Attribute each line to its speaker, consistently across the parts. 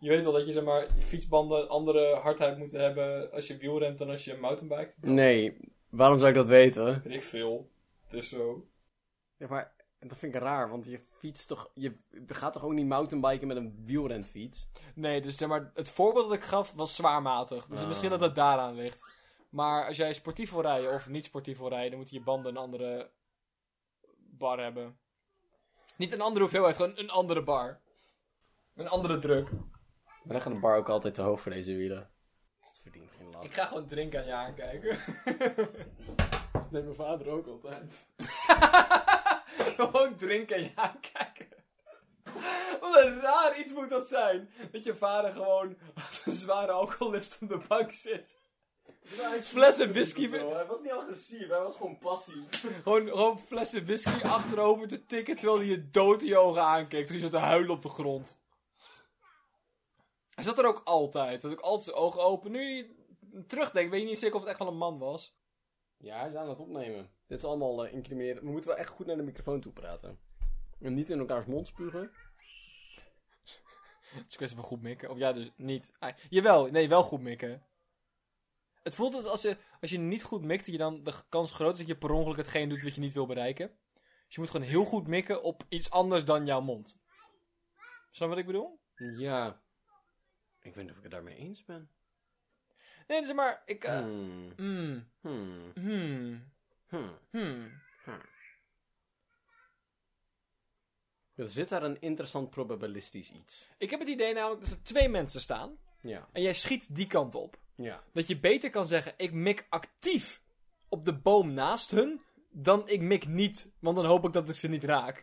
Speaker 1: Je weet wel dat je, zeg maar, je fietsbanden andere hardheid moeten hebben als je wielrent dan als je mountainbike.
Speaker 2: Nee, waarom zou ik dat weten?
Speaker 1: Weet ik veel. Het is zo.
Speaker 2: Ja, maar dat vind ik raar, want je fietst toch... Je gaat toch ook niet mountainbiken met een wielrenfiets?
Speaker 1: Nee, dus zeg maar, het voorbeeld dat ik gaf was zwaarmatig. Dus misschien dat het daaraan ligt. Maar als jij sportief wil rijden of niet sportief wil rijden, dan moeten je banden een andere bar hebben. Niet een andere hoeveelheid, gewoon een andere bar. Een andere druk.
Speaker 2: We leggen de bar ook altijd te hoog voor deze wielen. Dat verdient geen lach.
Speaker 1: Ik ga gewoon drinken aan je aankijken.
Speaker 2: Dat neemt mijn vader ook altijd.
Speaker 1: Gewoon drinken en je aankijken. Wat een raar iets moet dat zijn. Dat je vader gewoon als een zware alcoholist op de bank zit. Flessen whisky.
Speaker 2: Hij was niet agressief, hij was gewoon passief.
Speaker 1: Gewoon flessen whisky achterover te tikken terwijl hij je dood in je ogen aankeek. Toen je zat te huilen op de grond. Hij zat er ook altijd. Hij had ook altijd zijn ogen open. Nu je terugdenkt, weet je niet zeker of het echt wel een man was.
Speaker 2: Ja, hij is aan het opnemen. Dit is allemaal incriminerend. We moeten wel echt goed naar de microfoon toe praten. En niet in elkaars mond spugen.
Speaker 1: Het is kwestie van goed mikken. Of ja, dus niet. Jawel, nee, wel goed mikken. Het voelt als je niet goed mikt, dat je dan de kans groot is dat je per ongeluk hetgeen doet wat je niet wil bereiken. Dus je moet gewoon heel goed mikken op iets anders dan jouw mond. Snap je wat ik bedoel?
Speaker 2: Ja. Ik weet niet of ik het daarmee eens ben.
Speaker 1: Nee, zeg maar, ik...
Speaker 2: Er zit daar een interessant probabilistisch iets.
Speaker 1: Ik heb het idee namelijk dat er 2 mensen staan.
Speaker 2: Ja.
Speaker 1: En jij schiet die kant op.
Speaker 2: Ja.
Speaker 1: Dat je beter kan zeggen, ik mik actief op de boom naast hun, dan ik mik niet, want dan hoop ik dat ik ze niet raak.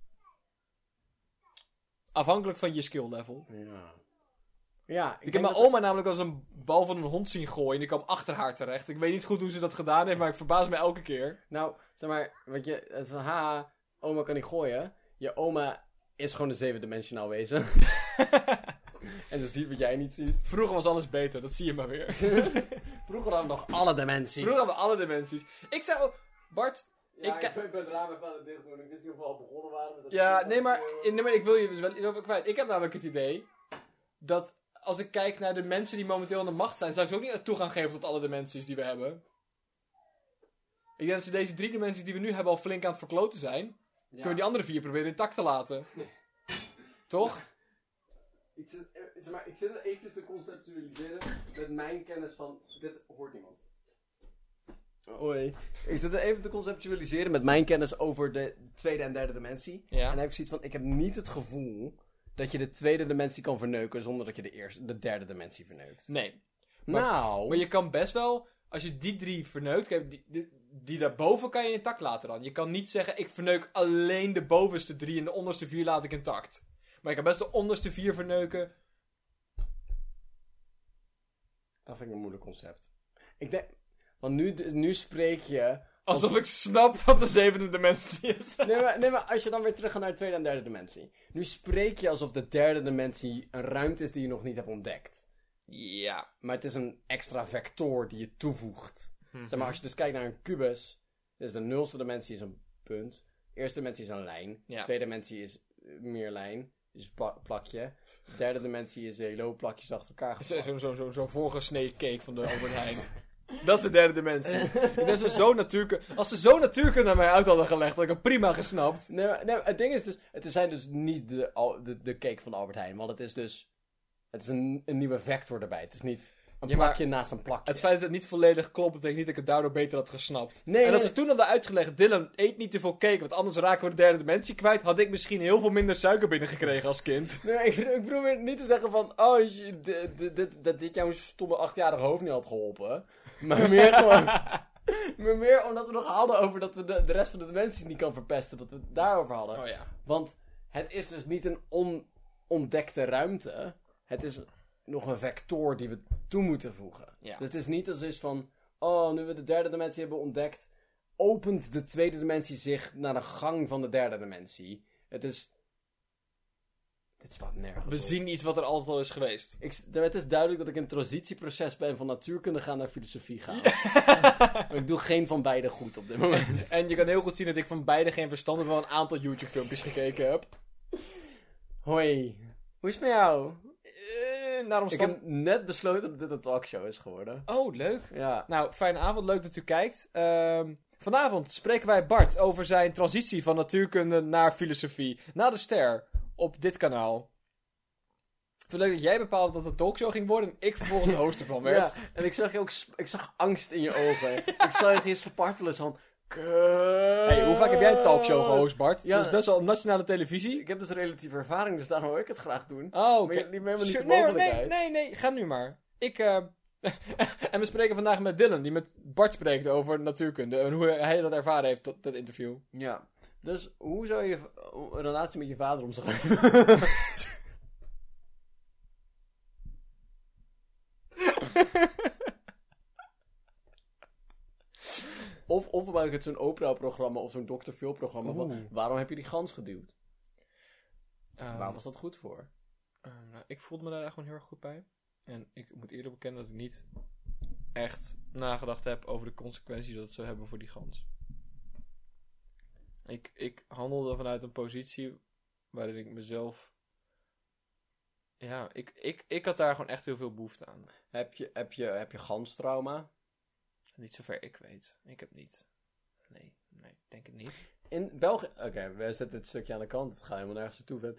Speaker 1: Afhankelijk van je skill level.
Speaker 2: Ja. Ja,
Speaker 1: Ik heb mijn oma namelijk als een bal van een hond zien gooien en die kwam achter haar terecht. Ik weet niet goed hoe ze dat gedaan heeft, maar ik verbaas me elke keer.
Speaker 2: Nou, zeg maar, want het is van, haha, oma kan niet gooien. Je oma is gewoon een 7-dimensionaal wezen. En ze ziet wat jij niet ziet.
Speaker 1: Vroeger was alles beter, dat zie je maar weer.
Speaker 2: Vroeger hadden we nog alle dimensies.
Speaker 1: Vroeger hadden we alle dimensies. Ik zei ook, Bart...
Speaker 2: Ja, ik ben het raam even aan het dicht doen. Ik wist niet of we al begonnen waren. Met
Speaker 1: Ja, nee, maar ik wil je dus wel kwijt. Ik heb namelijk het idee dat als ik kijk naar de mensen die momenteel aan de macht zijn, zou ik ze ook niet toegang geven tot alle dimensies die we hebben. Ik denk dat ze deze 3 dimensies die we nu hebben al flink aan het verkloten zijn. Ja. Kunnen we die andere 4 proberen intact te laten. Toch?
Speaker 2: Ik zit het even te conceptualiseren met mijn kennis van... Dit hoort niemand. Hoi. Ik zit het even te conceptualiseren met mijn kennis over de 2e en 3e dimensie.
Speaker 1: Ja.
Speaker 2: En dan heb ik zoiets van, ik heb niet het gevoel dat je de 2e dimensie kan verneuken zonder dat je de 3e dimensie verneukt.
Speaker 1: Nee.
Speaker 2: Maar
Speaker 1: je kan best wel, als je die 3 verneukt, die daarboven kan je intact laten dan. Je kan niet zeggen, ik verneuk alleen de bovenste 3 en de onderste 4 laat ik intact. Maar je kan best de onderste 4 verneuken.
Speaker 2: Dat vind ik een moeilijk concept. Ik denk... Want nu spreek je...
Speaker 1: Alsof ik snap wat de 7e dimensie is.
Speaker 2: Nee, maar als je dan weer terug gaat naar de 2e en 3e dimensie. Nu spreek je alsof de 3e dimensie een ruimte is die je nog niet hebt ontdekt.
Speaker 1: Ja.
Speaker 2: Maar het is een extra vector die je toevoegt. Zeg maar, als je dus kijkt naar een kubus. Dus de 0e dimensie is een punt. Eerste dimensie is een lijn.
Speaker 1: Ja.
Speaker 2: Tweede dimensie is meer lijn. Dus plakje. Derde dimensie is hele hoop plakjes achter elkaar geplakt.
Speaker 1: Zo'n voorgesneden cake van de Albert Heijn. Dat is de 3e dimensie. Ik denk als ze zo natuurkunde naar mij uit hadden gelegd, had ik het prima gesnapt.
Speaker 2: Nee, maar het ding is dus... Het zijn dus niet de cake van Albert Heijn. Want het is dus... Het is een nieuwe vector erbij. Het is niet een plakje naast een plakje.
Speaker 1: Het feit dat het niet volledig klopt, betekent niet dat ik het daardoor beter had gesnapt.
Speaker 2: Nee,
Speaker 1: en als ze toen hadden uitgelegd, Dylan, eet niet te veel cake, want anders raken we de 3e dimensie kwijt, had ik misschien heel veel minder suiker binnengekregen als kind.
Speaker 2: Nee, ik probeer niet te zeggen van... Oh, dat dit jouw stomme 8-jarige hoofd niet had geholpen. Maar meer gewoon... Maar meer omdat we nog hadden over dat we de rest van de dimensies niet kan verpesten. Dat we het daarover hadden.
Speaker 1: Oh ja.
Speaker 2: Want het is dus niet een onontdekte ruimte. Het is nog een vector die we toe moeten voegen.
Speaker 1: Ja.
Speaker 2: Dus het is niet als is van... Oh, nu we de 3e dimensie hebben ontdekt... Opent de 2e dimensie zich naar de gang van de 3e dimensie. Het is... Dit staat nergens
Speaker 1: We
Speaker 2: op.
Speaker 1: zien iets wat er altijd al is geweest.
Speaker 2: Het is duidelijk dat ik in een transitieproces ben van natuurkunde gaan naar filosofie gaan. Maar ik doe geen van beide goed op dit moment.
Speaker 1: En je kan heel goed zien dat ik van beide geen verstand heb, wel een aantal YouTube-filmpjes gekeken heb.
Speaker 2: Hoi. Hoe is het met jou?
Speaker 1: naar
Speaker 2: Ik heb net besloten dat dit een talkshow is geworden.
Speaker 1: Oh, leuk.
Speaker 2: Ja.
Speaker 1: Nou, fijne avond. Leuk dat u kijkt. Vanavond spreken wij Bart over zijn transitie van natuurkunde naar filosofie. Na de ster. Op dit kanaal. Ik vind het leuk dat jij bepaalde dat het een talkshow ging worden en ik vervolgens de host ervan werd.
Speaker 2: Ja, en ik zag je ook, ik zag angst in je ogen. Ik zag je spartelen van... Hey,
Speaker 1: hoe vaak heb jij een talkshow gehost, Bart?
Speaker 2: Ja.
Speaker 1: Dat is best wel op nationale televisie.
Speaker 2: Ik heb dus relatieve ervaring, dus daarom wil ik het graag doen.
Speaker 1: Oh, oké.
Speaker 2: Maar je liet me helemaal niet de
Speaker 1: Nee,
Speaker 2: mogelijkheid.
Speaker 1: nee, ga nu maar. En we spreken vandaag met Dylan, die met Bart spreekt over natuurkunde en hoe hij dat ervaren heeft, dat interview.
Speaker 2: Ja, dus hoe zou je een relatie met je vader omschrijven? Of maak ik het zo'n Oprah-programma of zo'n Dr. Phil-programma van... Waarom heb je die gans geduwd? Waar was dat goed voor?
Speaker 1: Nou, ik voelde me daar gewoon heel erg goed bij. En ik moet eerlijk bekennen dat ik niet echt nagedacht heb over de consequenties dat het zou hebben voor die gans. Ik handelde vanuit een positie waarin ik mezelf... Ja, ik had daar gewoon echt heel veel behoefte aan.
Speaker 2: Heb je ganstrauma?
Speaker 1: Niet zover ik weet. Ik heb niet. Nee, denk het niet.
Speaker 2: In België... Oké, we zetten dit stukje aan de kant. Het gaat helemaal nergens naartoe, vet.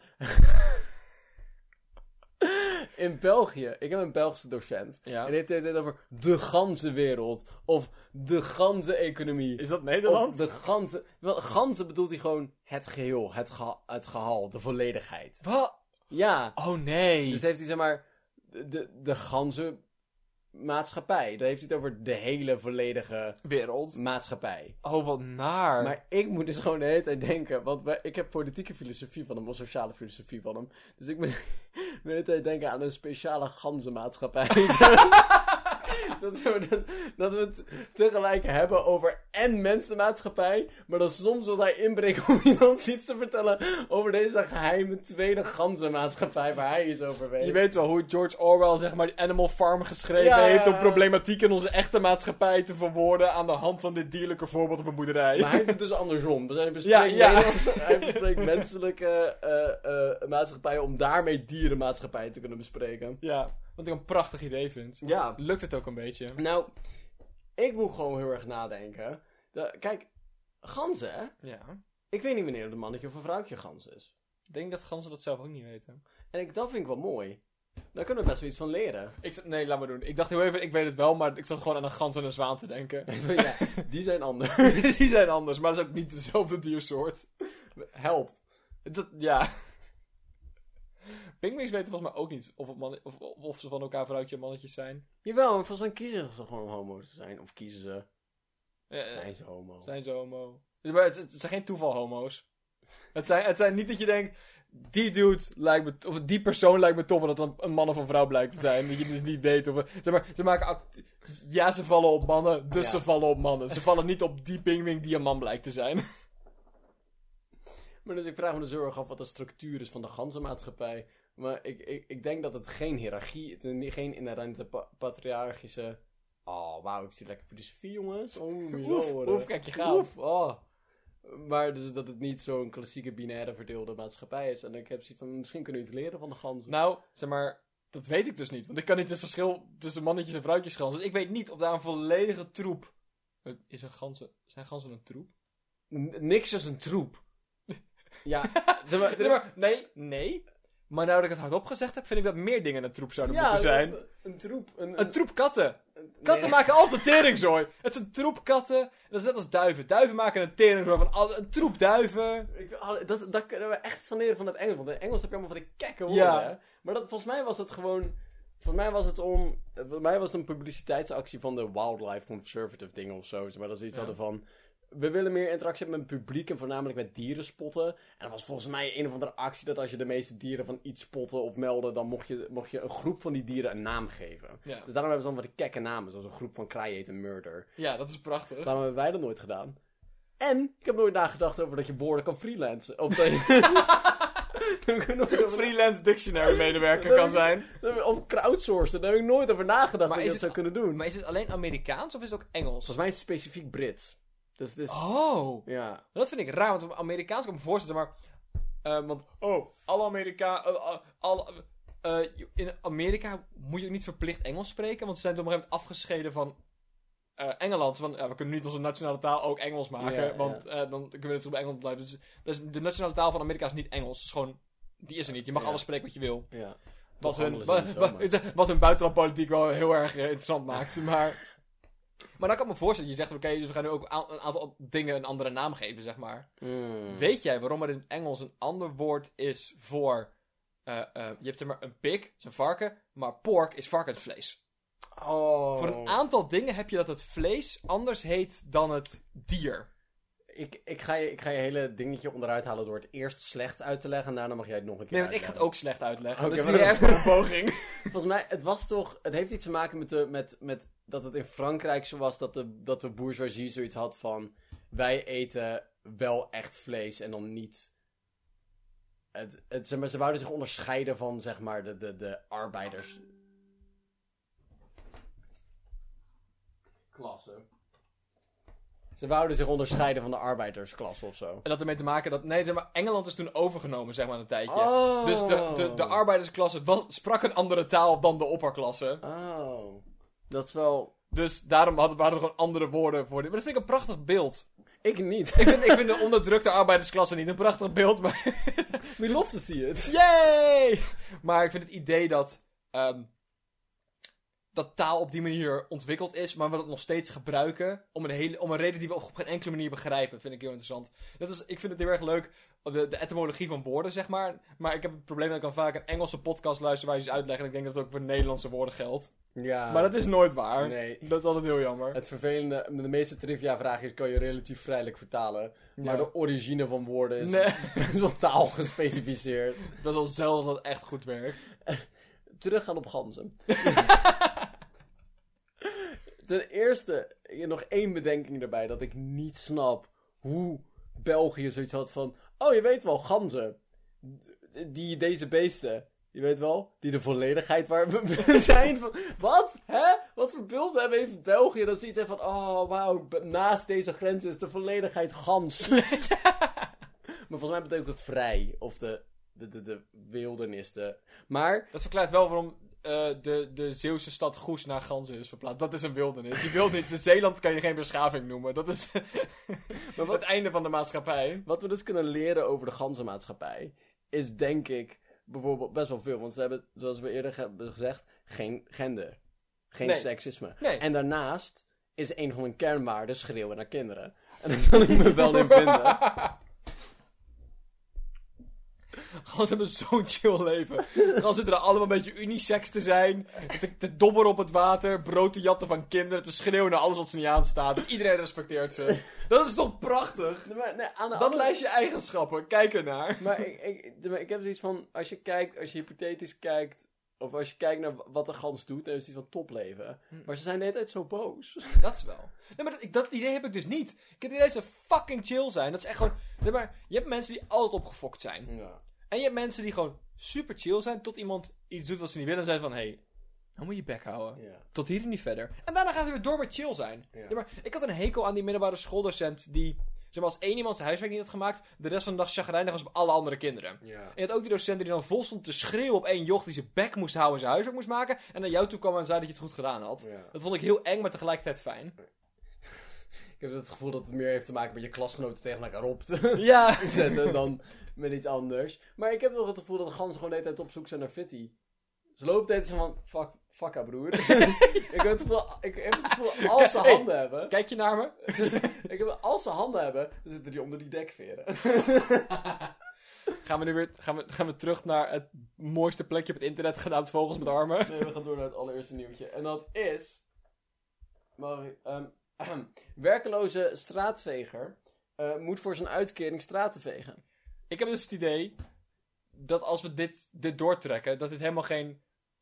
Speaker 2: In België, ik heb een Belgische docent.
Speaker 1: Ja.
Speaker 2: En die heeft het over de ganse wereld. Of de ganse economie.
Speaker 1: Is dat Nederland?
Speaker 2: Of de ganse... Wel, ganse bedoelt hij gewoon het geheel, het gehal, de volledigheid.
Speaker 1: Wat?
Speaker 2: Ja.
Speaker 1: Oh nee.
Speaker 2: Dus heeft hij zeg maar de ganse maatschappij. Dan heeft hij het over de hele volledige
Speaker 1: wereld.
Speaker 2: Maatschappij.
Speaker 1: Oh, wat naar.
Speaker 2: Maar ik moet dus gewoon de hele tijd denken, want ik heb politieke filosofie van hem, of sociale filosofie van hem. Dus ik moet de hele tijd denken aan een speciale ganzenmaatschappij. dat we het tegelijk hebben over en mensenmaatschappij, maar dan soms wil hij inbreken om iemand iets te vertellen over deze geheime tweede ganzenmaatschappij waar hij iets over weet.
Speaker 1: Je weet wel hoe George Orwell zeg maar Animal Farm geschreven heeft om problematiek in onze echte maatschappij te verwoorden aan de hand van dit dierlijke voorbeeld op een boerderij.
Speaker 2: Maar hij doet het dus andersom. Dus hij bespreekt menselijke maatschappijen om daarmee dierenmaatschappij te kunnen bespreken.
Speaker 1: Ja, wat ik een prachtig idee vind.
Speaker 2: Ja.
Speaker 1: Lukt het ook een beetje?
Speaker 2: Nou, ik moet gewoon heel erg nadenken. Kijk, ganzen, hè?
Speaker 1: Ja.
Speaker 2: Ik weet niet wanneer het een mannetje of een vrouwtje gans is.
Speaker 1: Ik denk dat ganzen dat zelf ook niet weten.
Speaker 2: En dat vind ik wel mooi. Daar kunnen we best wel iets van leren.
Speaker 1: Nee, laat maar doen. Ik dacht heel even, ik weet het wel, maar ik zat gewoon aan een gans en een zwaan te denken.
Speaker 2: Ja, die zijn anders.
Speaker 1: Die zijn anders, maar dat is ook niet dezelfde diersoort.
Speaker 2: Helpt.
Speaker 1: Ja. Pinguïns weten volgens mij ook niet of ze van elkaar vrouwtje en mannetjes zijn.
Speaker 2: Jawel, volgens mij kiezen ze gewoon om homo te zijn. Of kiezen ze... zijn ze homo?
Speaker 1: Zijn ze homo? Maar het zijn geen toeval homo's. Het zijn niet dat je denkt... Die dude lijkt me... Of die persoon lijkt me tof. En dat dan een man of een vrouw blijkt te zijn. Dat je dus niet weet of... Zeg maar, ze maken... Ja, ze vallen op mannen. Dus ze vallen op mannen. Ze vallen niet op die pinguïn die een man blijkt te zijn.
Speaker 2: Maar dus ik vraag me dus heel erg af wat de structuur is van de ganzenmaatschappij. Maar ik denk dat het geen hiërarchie... geen inherente patriarchische... Oh, wauw, ik zie lekker filosofie, jongens.
Speaker 1: Oef, kijk je gaan.
Speaker 2: Oef, oh. Maar dus dat het niet zo'n klassieke binaire verdeelde maatschappij is. En ik heb zoiets van, misschien kunnen we iets leren van de ganzen.
Speaker 1: Nou, zeg maar, dat weet ik dus niet. Want ik kan niet het verschil tussen mannetjes en vrouwtjes ganzen. Dus ik weet niet of daar een volledige troep... Zijn ganzen een troep?
Speaker 2: Niks is een troep. Ja,
Speaker 1: nee. Maar nou dat ik het hardop gezegd heb, vind ik dat meer dingen een troep zouden moeten zijn.
Speaker 2: Een troep.
Speaker 1: Een troep katten. Katten maken altijd teringzooi. Het is een troep katten. Dat is net als duiven. Duiven maken een teringzooi van een troep duiven.
Speaker 2: Dat kunnen we echt van leren van het Engels. Want in Engels heb je allemaal van die kekke woorden. Ja. Hè? Maar volgens mij was het gewoon... Voor mij was het een publiciteitsactie van de Wildlife Conservative dingen of zo. Maar dat ze iets hadden van... We willen meer interactie hebben met het publiek en voornamelijk met dieren spotten. En dat was volgens mij een of andere actie dat als je de meeste dieren van iets spotten of melden, dan mocht je een groep van die dieren een naam geven. Ja. Dus daarom hebben ze dan wat die kekke namen, zoals een groep van Kraaien en Murder.
Speaker 1: Ja, dat is prachtig.
Speaker 2: Daarom hebben wij dat nooit gedaan. En ik heb nooit nagedacht over dat je woorden kan freelancen. Of dat je...
Speaker 1: freelance dictionary medewerker kan zijn.
Speaker 2: Of crowdsourcen, daar heb ik nooit over nagedacht dat je dat zou kunnen doen.
Speaker 1: Maar is het alleen Amerikaans of is het ook Engels?
Speaker 2: Volgens mij is het specifiek Brits. Dus,
Speaker 1: oh!
Speaker 2: Ja.
Speaker 1: Dat vind ik raar, want Amerikaans kan ik me voorstellen, maar... want, alle in Amerika moet je ook niet verplicht Engels spreken, want ze zijn op een gegeven moment afgescheiden van Engeland. Van, we kunnen niet onze nationale taal ook Engels maken, want dan kunnen we net zo bij Engeland blijven. Dus de nationale taal van Amerika is niet Engels. Het is gewoon, die is er niet. Je mag alles spreken wat je wil.
Speaker 2: Ja.
Speaker 1: Wat hun buitenlandpolitiek wel heel erg interessant maakt. Maar dan kan ik me voorstellen, je zegt oké, dus we gaan nu ook een aantal dingen een andere naam geven, zeg maar. Weet jij waarom er in het Engels een ander woord is voor... je hebt zeg maar een pig, dat is een varken, maar pork is varkensvlees.
Speaker 2: Oh.
Speaker 1: Voor een aantal dingen heb je dat het vlees anders heet dan het dier.
Speaker 2: Ik ga je hele dingetje onderuit halen door het eerst slecht uit te leggen en daarna mag jij het nog een keer
Speaker 1: Nee, want ik ga het ook slecht uitleggen.
Speaker 2: Okay,
Speaker 1: dus zie je echt een poging.
Speaker 2: Volgens mij, het heeft iets te maken met dat het in Frankrijk zo was dat de bourgeoisie zoiets had van, wij eten wel echt vlees en dan niet... Zeg maar, ze wouden zich onderscheiden van, zeg maar, de arbeiders... klasse. Ze wouden zich onderscheiden van de arbeidersklasse of zo.
Speaker 1: En dat ermee te maken dat... Nee, zeg maar, Engeland is toen overgenomen, zeg maar, een tijdje.
Speaker 2: Oh.
Speaker 1: Dus de arbeidersklasse sprak een andere taal dan de opperklasse.
Speaker 2: Oh. Dat is wel...
Speaker 1: Dus daarom waren er gewoon andere woorden voor dit. Maar dat vind ik een prachtig beeld.
Speaker 2: Ik niet.
Speaker 1: Ik vind de onderdrukte arbeidersklasse niet een prachtig beeld, maar...
Speaker 2: We love to see it.
Speaker 1: Yay! Maar ik vind het idee dat... dat taal op die manier ontwikkeld is, maar we het nog steeds gebruiken om een reden die we op geen enkele manier begrijpen, vind ik heel interessant. Ik vind het heel erg leuk, de etymologie van woorden, zeg maar. Maar ik heb het probleem dat ik dan vaak een Engelse podcast luister waar je iets uitlegt en ik denk dat het ook voor Nederlandse woorden geldt.
Speaker 2: Ja.
Speaker 1: Maar dat is nooit waar.
Speaker 2: Nee.
Speaker 1: Dat is altijd heel jammer.
Speaker 2: Het vervelende, de meeste trivia-vragen kan je relatief vrijelijk vertalen. Maar de origine van woorden is best wel taal gespecificeerd.
Speaker 1: Best wel zelden dat het echt goed werkt.
Speaker 2: Teruggaan op ganzen. Ten eerste, nog één bedenking erbij, dat ik niet snap hoe België zoiets had van... Oh, je weet wel, ganzen. Deze beesten, je weet wel, die de volledigheid waar we zijn van... Wat? Hè? Wat voor beeld hebben heeft België? Dat ze iets hebben van, oh, wauw, naast deze grens is de volledigheid gans. Maar volgens mij betekent het vrij, of de wildernis. Maar... Dat
Speaker 1: verklaart wel waarom... de Zeeuwse stad Goes naar Ganzen is verplaatst. Dat is een wildernis. Je wilt niet... In Zeeland kan je geen beschaving noemen. Dat is maar het einde van de maatschappij.
Speaker 2: Wat we dus kunnen leren over de ganzenmaatschappij... is denk ik bijvoorbeeld best wel veel. Want ze hebben, zoals we eerder hebben gezegd... geen gender. Geen seksisme.
Speaker 1: Nee.
Speaker 2: En daarnaast is een van hun kernwaarden schreeuwen naar kinderen. En daar kan ik me wel in vinden.
Speaker 1: Ganzen hebben zo'n chill leven. Ganzen zitten er allemaal een beetje unisex te zijn. Te dobberen op het water. Brood te jatten van kinderen. Te schreeuwen naar alles wat ze niet aanstaat. En iedereen respecteert ze. Dat is toch prachtig? Dat lijstje eigenschappen. Kijk ernaar.
Speaker 2: Maar ik heb zoiets van... Als je hypothetisch kijkt... Of als je kijkt naar wat de gans doet... Dan is het iets van topleven. Maar ze zijn de hele tijd zo boos.
Speaker 1: Dat is wel. Nee, maar dat idee heb ik dus niet. Ik heb het idee dat ze fucking chill zijn. Dat is echt gewoon... Nee, maar je hebt mensen die altijd opgefokt zijn. Ja. En je hebt mensen die gewoon super chill zijn... tot iemand iets doet wat ze niet willen... en zeggen van... Hé, nou moet je bek houden. Ja. Tot hier en niet verder. En daarna gaan ze weer door met chill zijn. Ja. Ja, maar ik had een hekel aan die middelbare schooldocent... die, zeg maar, als één iemand zijn huiswerk niet had gemaakt... de rest van de dag chagrijnig was op alle andere kinderen. Ja. En je had ook die docent die dan vol stond te schreeuwen... op één joch die zijn bek moest houden en zijn huiswerk moest maken... en naar jou toe kwam en zei dat je het goed gedaan had. Ja. Dat vond ik heel eng, maar tegelijkertijd fijn.
Speaker 2: Ik heb het gevoel dat het meer heeft te maken met je klasgenoten tegen elkaar op
Speaker 1: te
Speaker 2: zetten dan met iets anders. Maar ik heb nog het gevoel dat de ganzen gewoon de hele tijd op zoek zijn naar Fitty. Ze lopen de hele tijd van, fuck broer. Ik heb het gevoel, als ze handen hebben...
Speaker 1: Kijk je naar me?
Speaker 2: Als ze handen hebben, dan zitten die onder die dekveren.
Speaker 1: Gaan we terug naar het mooiste plekje op het internet genaamd Vogels met Armen?
Speaker 2: Nee, we gaan door naar het allereerste nieuwtje. En dat is... werkeloze straatveger moet voor zijn uitkering straten vegen.
Speaker 1: Ik heb dus het idee dat als we dit doortrekken, dat dit helemaal geen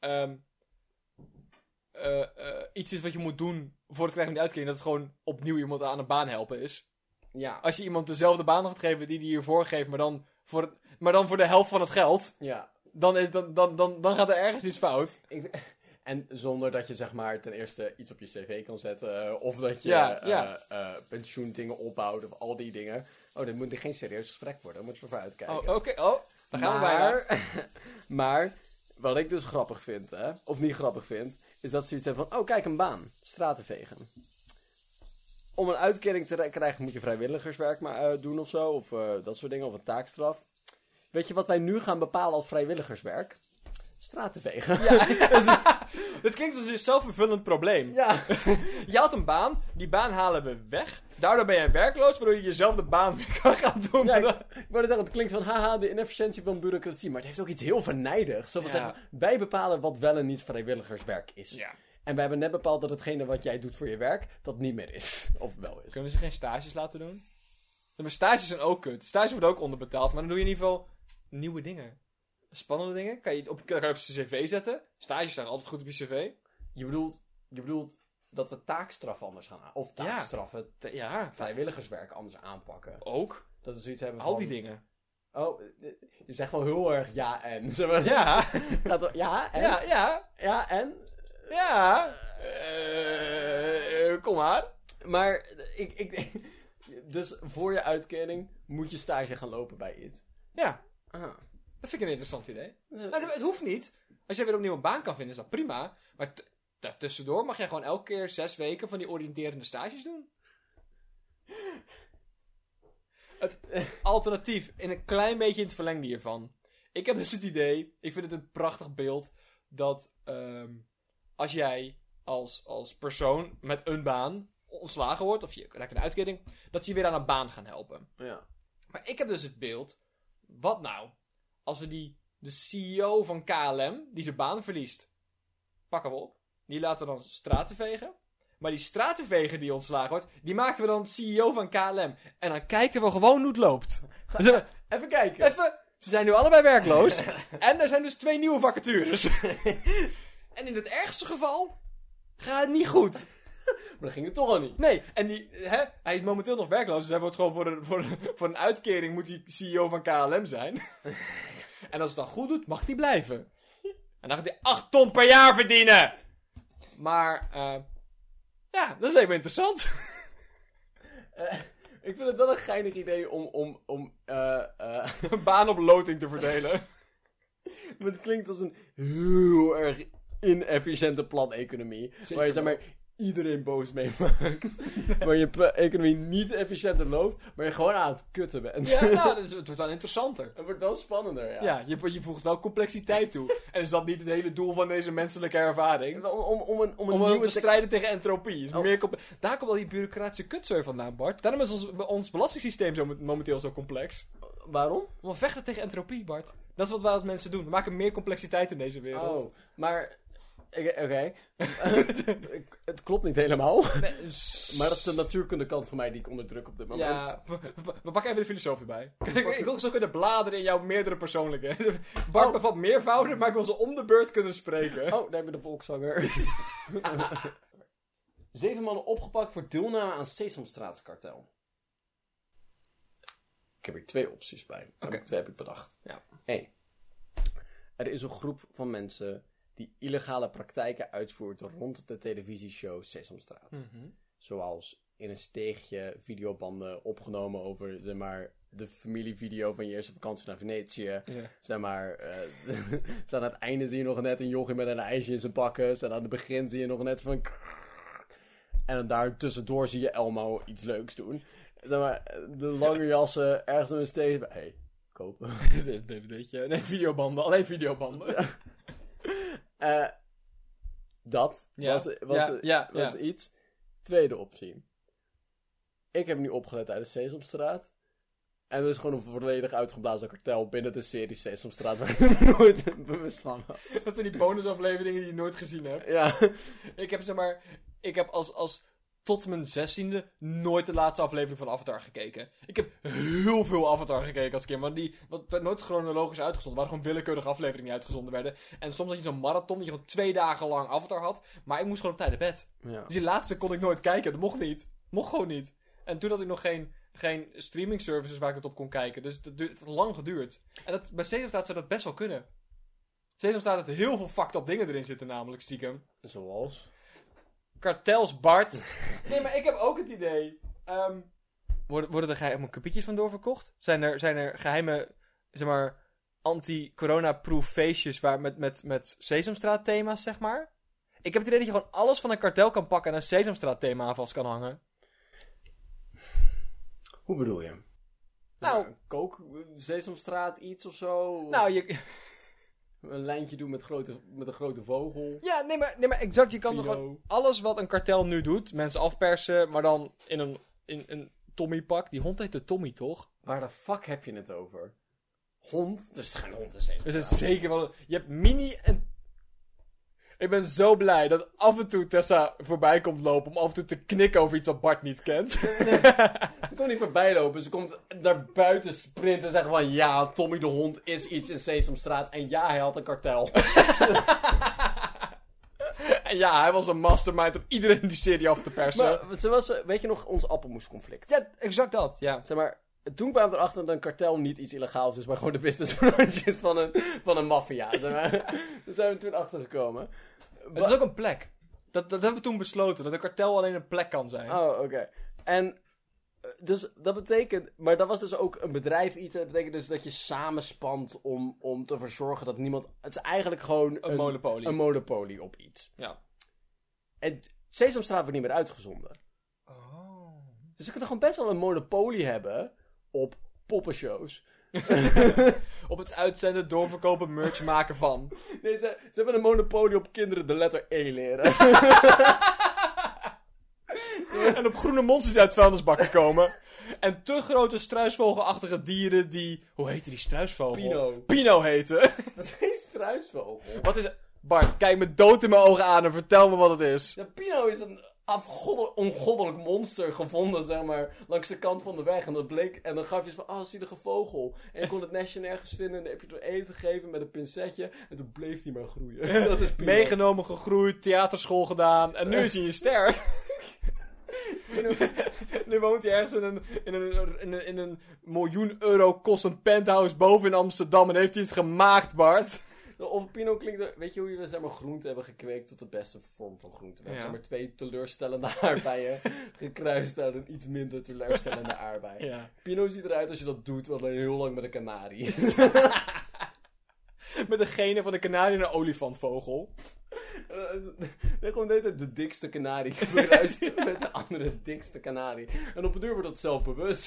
Speaker 1: iets is wat je moet doen voor het krijgen van die uitkering. Dat het gewoon opnieuw iemand aan een baan helpen is. Ja. Als je iemand dezelfde baan gaat geven die hiervoor geeft, maar dan voor de helft van het geld. Ja. Dan gaat er ergens iets fout.
Speaker 2: En zonder dat je, zeg maar, ten eerste iets op je cv kan zetten. Of dat je pensioendingen opbouwt. Of al die dingen. Oh, dit moet geen serieus gesprek worden. Daar moeten we voor uitkijken.
Speaker 1: Oké. Oh, daar gaan we bijna.
Speaker 2: Maar Wat ik dus grappig vind, hè, of niet grappig vind, is dat ze zoiets hebben van, oh kijk, een baan, straten vegen. Om een uitkering te krijgen moet je vrijwilligerswerk maar doen of zo, of dat soort dingen, of een taakstraf. Weet je wat wij nu gaan bepalen als vrijwilligerswerk? Straten vegen.
Speaker 1: Ja. Het klinkt als een zelfvervullend probleem.
Speaker 2: Ja.
Speaker 1: Je had een baan, die baan halen we weg. Daardoor ben je werkloos, waardoor je jezelf de baan weer kan gaan doen.
Speaker 2: Ja, ik wou zeggen, het klinkt van haha, de inefficiëntie van bureaucratie. Maar het heeft ook iets heel vernijdigs. Zo van zeggen, wij bepalen wat wel en niet vrijwilligerswerk is.
Speaker 1: Ja.
Speaker 2: En wij hebben net bepaald dat hetgene wat jij doet voor je werk, dat niet meer is. Of wel is.
Speaker 1: Kunnen ze geen stages laten doen? Maar stages zijn ook kut. Stages worden ook onderbetaald, maar dan doe je in ieder geval nieuwe dingen. Spannende dingen. Kan je het op je cv zetten? Stages staan altijd goed op je cv.
Speaker 2: Je bedoelt dat we taakstraffen anders gaan aanpakken. Of taakstraffen, vrijwilligerswerk anders aanpakken.
Speaker 1: Ook.
Speaker 2: Dat we zoiets hebben
Speaker 1: Al
Speaker 2: van...
Speaker 1: die dingen.
Speaker 2: Oh, je zegt wel heel erg ja en. Zeg maar.
Speaker 1: Ja.
Speaker 2: Gaat wel, ja en? Ja en?
Speaker 1: Ja. Kom maar.
Speaker 2: Maar dus voor je uitkering moet je stage gaan lopen bij iets.
Speaker 1: Ja.
Speaker 2: Ah.
Speaker 1: Dat vind ik een interessant idee. Nou, het hoeft niet. Als jij weer opnieuw een baan kan vinden, is dat prima. Maar daartussendoor mag jij gewoon elke keer 6 weken van die oriënterende stages doen. Het alternatief, in een klein beetje in het verlengde hiervan. Ik heb dus het idee, ik vind het een prachtig beeld, dat als jij als persoon met een baan ontslagen wordt, of je krijgt een uitkering, dat ze je weer aan een baan gaan helpen.
Speaker 2: Ja.
Speaker 1: Maar ik heb dus het beeld, wat nou, als we de CEO van KLM, die zijn baan verliest, pakken we op. Die laten we dan straten vegen. Maar die stratenveger die ontslagen wordt, die maken we dan CEO van KLM. En dan kijken we gewoon hoe het loopt.
Speaker 2: Even kijken.
Speaker 1: Ze zijn nu allebei werkloos. En er zijn dus 2 nieuwe vacatures. En in het ergste geval gaat het niet goed.
Speaker 2: Maar dat ging het toch al niet.
Speaker 1: Nee, en hij is momenteel nog werkloos. Dus hij wordt gewoon voor een uitkering moet hij CEO van KLM zijn. En als het dan goed doet, mag hij blijven. En dan gaat hij 8 ton per jaar verdienen. Maar, ja, dat leek me interessant.
Speaker 2: Ik vind het wel een geinig idee om
Speaker 1: een baan op loting te verdelen.
Speaker 2: Maar het klinkt als een heel erg inefficiënte plan-economie. Waar je zeg maar iedereen boos mee maakt. Waar je economie niet efficiënter loopt, maar je gewoon aan het kutten bent.
Speaker 1: Ja, nou, het wordt dan interessanter.
Speaker 2: Het wordt wel spannender, ja.
Speaker 1: Ja, je voegt wel complexiteit toe. En is dat niet het hele doel van deze menselijke ervaring? Om te strijden tegen entropie. Daar komt al die bureaucratische kutzooi vandaan, Bart. Daarom is ons belastingssysteem momenteel zo complex.
Speaker 2: Waarom?
Speaker 1: Om te vechten tegen entropie, Bart. Dat is wat wij als mensen doen. We maken meer complexiteit in deze wereld.
Speaker 2: Oh, maar... Oké. Het klopt niet helemaal. Nee, maar dat is de natuurkundekant van mij die ik onderdruk op dit moment.
Speaker 1: Ja, we pakken even de filosoof erbij. Ik wil zo kunnen bladeren in jouw meerdere persoonlijkheden. Bart bevat meervouden, maar ik wil ze om de beurt kunnen spreken.
Speaker 2: Oh, daar hebben we de volkszanger. 7 mannen opgepakt voor deelname aan Sesamstraatkartel. Ik heb hier 2 opties bij.
Speaker 1: Oké.
Speaker 2: 2 heb ik bedacht.
Speaker 1: Ja.
Speaker 2: 1. Er is een groep van mensen die illegale praktijken uitvoert rond de televisieshow Sesamstraat. Mm-hmm. Zoals in een steegje videobanden opgenomen over de familievideo van je eerste vakantie naar Venetië. Yeah. Zeg maar, aan het einde zie je nog net een jochie met een ijsje in zijn bakken. Aan het begin zie je nog net van... En dan daar tussendoor zie je Elmo iets leuks doen. Zeg maar, de lange jassen, ergens in een steeg. Hey, kopen.
Speaker 1: DVD'tje. Nee, videobanden. Alleen videobanden.
Speaker 2: Dat was iets. Tweede optie. Ik heb nu opgelet uit de Sesamstraat. En er is gewoon een volledig uitgeblazen kartel binnen de serie Sesamstraat waar ik nooit bewust van was.
Speaker 1: Dat zijn die bonusafleveringen die je nooit gezien hebt.
Speaker 2: Ja.
Speaker 1: Ik heb als tot mijn 16e nooit de laatste aflevering van Avatar gekeken. Ik heb heel veel Avatar gekeken als kind. Maar wat werd nooit chronologisch uitgezonden. Er waren gewoon willekeurige afleveringen die uitgezonden werden. En soms had je zo'n marathon dat je gewoon 2 dagen lang Avatar had. Maar ik moest gewoon op tijd naar bed. Ja. Dus die laatste kon ik nooit kijken. Dat mocht niet. Mocht gewoon niet. En toen had ik nog geen streaming services waar ik dat op kon kijken. Dus het heeft lang geduurd. En bij Sesamstraat zou dat best wel kunnen. Sesamstraat heeft heel veel fucked up dingen erin zitten namelijk, stiekem.
Speaker 2: Zoals?
Speaker 1: Kartels, Bart. Nee, maar ik heb ook het idee. Worden er geheime kapietjes van doorverkocht? Zijn er geheime, zeg maar, anti-corona-proof feestjes met Sesamstraat thema's, zeg maar. Ik heb het idee dat je gewoon alles van een kartel kan pakken en een Sesamstraat thema aan vast kan hangen.
Speaker 2: Hoe bedoel je?
Speaker 1: Nou,
Speaker 2: Sesamstraat, iets of zo?
Speaker 1: Nou,
Speaker 2: Een lijntje doen met een grote vogel?
Speaker 1: Ja, nee, maar exact. Je kan
Speaker 2: Pino.
Speaker 1: er gewoon alles wat een kartel nu doet, mensen afpersen, maar dan in een Tommy-pak. Die hond heet de Tommy, toch?
Speaker 2: Waar de fuck heb je het over? Hond? Er is geen hond in Sesamstraat.
Speaker 1: Dus het is zeker wel... Je hebt Mini en... Ik ben zo blij dat af en toe Tessa voorbij komt lopen om af en toe te knikken over iets wat Bart niet kent.
Speaker 2: Ze komt niet voorbij lopen, ze komt daar buiten sprinten en zeggen van... Ja, Tommy de hond is iets in Sesamstraat en ja, hij had een kartel.
Speaker 1: En ja, hij was een mastermind om iedereen in die serie af te persen.
Speaker 2: Maar, weet je nog, ons appelmoesconflict?
Speaker 1: Ja, exact dat, ja.
Speaker 2: Zeg maar, toen kwamen we erachter dat een kartel niet iets illegaals is, maar gewoon de businessbranche is van een maffia. Zeg maar. Daar zijn we toen achter gekomen.
Speaker 1: Het is ook een plek. Dat hebben we toen besloten, dat een kartel alleen een plek kan zijn.
Speaker 2: Oh, oké. En, dus dat betekent, maar dat was dus ook een bedrijf iets, dat betekent dus dat je samenspant om te verzorgen dat niemand, het is eigenlijk gewoon
Speaker 1: Een monopolie.
Speaker 2: Een monopolie op iets.
Speaker 1: Ja.
Speaker 2: En Sesamstraat wordt niet meer uitgezonden.
Speaker 1: Oh.
Speaker 2: Dus ze kunnen gewoon best wel een monopolie hebben op poppenshows.
Speaker 1: Op het uitzenden, doorverkopen, merch maken van.
Speaker 2: Nee, ze hebben een monopolie op kinderen de letter E leren.
Speaker 1: En op groene monsters die uit vuilnisbakken komen. En te grote struisvogelachtige dieren die... Hoe heette die struisvogel?
Speaker 2: Pino.
Speaker 1: Pino heette.
Speaker 2: Dat is geen struisvogel.
Speaker 1: Wat is het? Bart, kijk me dood in mijn ogen aan en vertel me wat het is.
Speaker 2: Ja, Pino is een ongoddelijk monster gevonden, zeg maar, langs de kant van de weg. En dat bleek, en dan gaf je van, oh, zielige vogel. En je kon het nestje nergens vinden en dan heb je er eten gegeven met een pincetje. En toen bleef hij maar groeien. Dat is Pino.
Speaker 1: Meegenomen, gegroeid, theaterschool gedaan. En nu is hij een ster. Nu woont hij ergens in een miljoen euro kostend penthouse boven in Amsterdam. En heeft hij het gemaakt, Bart.
Speaker 2: Of Pino klinkt... Weet je hoe we zeg maar, groente hebben gekweekt tot de beste vorm van groente? We hebben zeg maar 2 teleurstellende aardbeien gekruist naar een iets minder teleurstellende aardbei.
Speaker 1: Ja.
Speaker 2: Pino ziet eruit als je dat doet, wel heel lang met een kanarie.
Speaker 1: Met de genen van de kanarie en een olifantvogel.
Speaker 2: Nee, gewoon de hele tijd de dikste kanarie gekruist met de andere dikste kanarie. En op een duur wordt dat zelfbewust.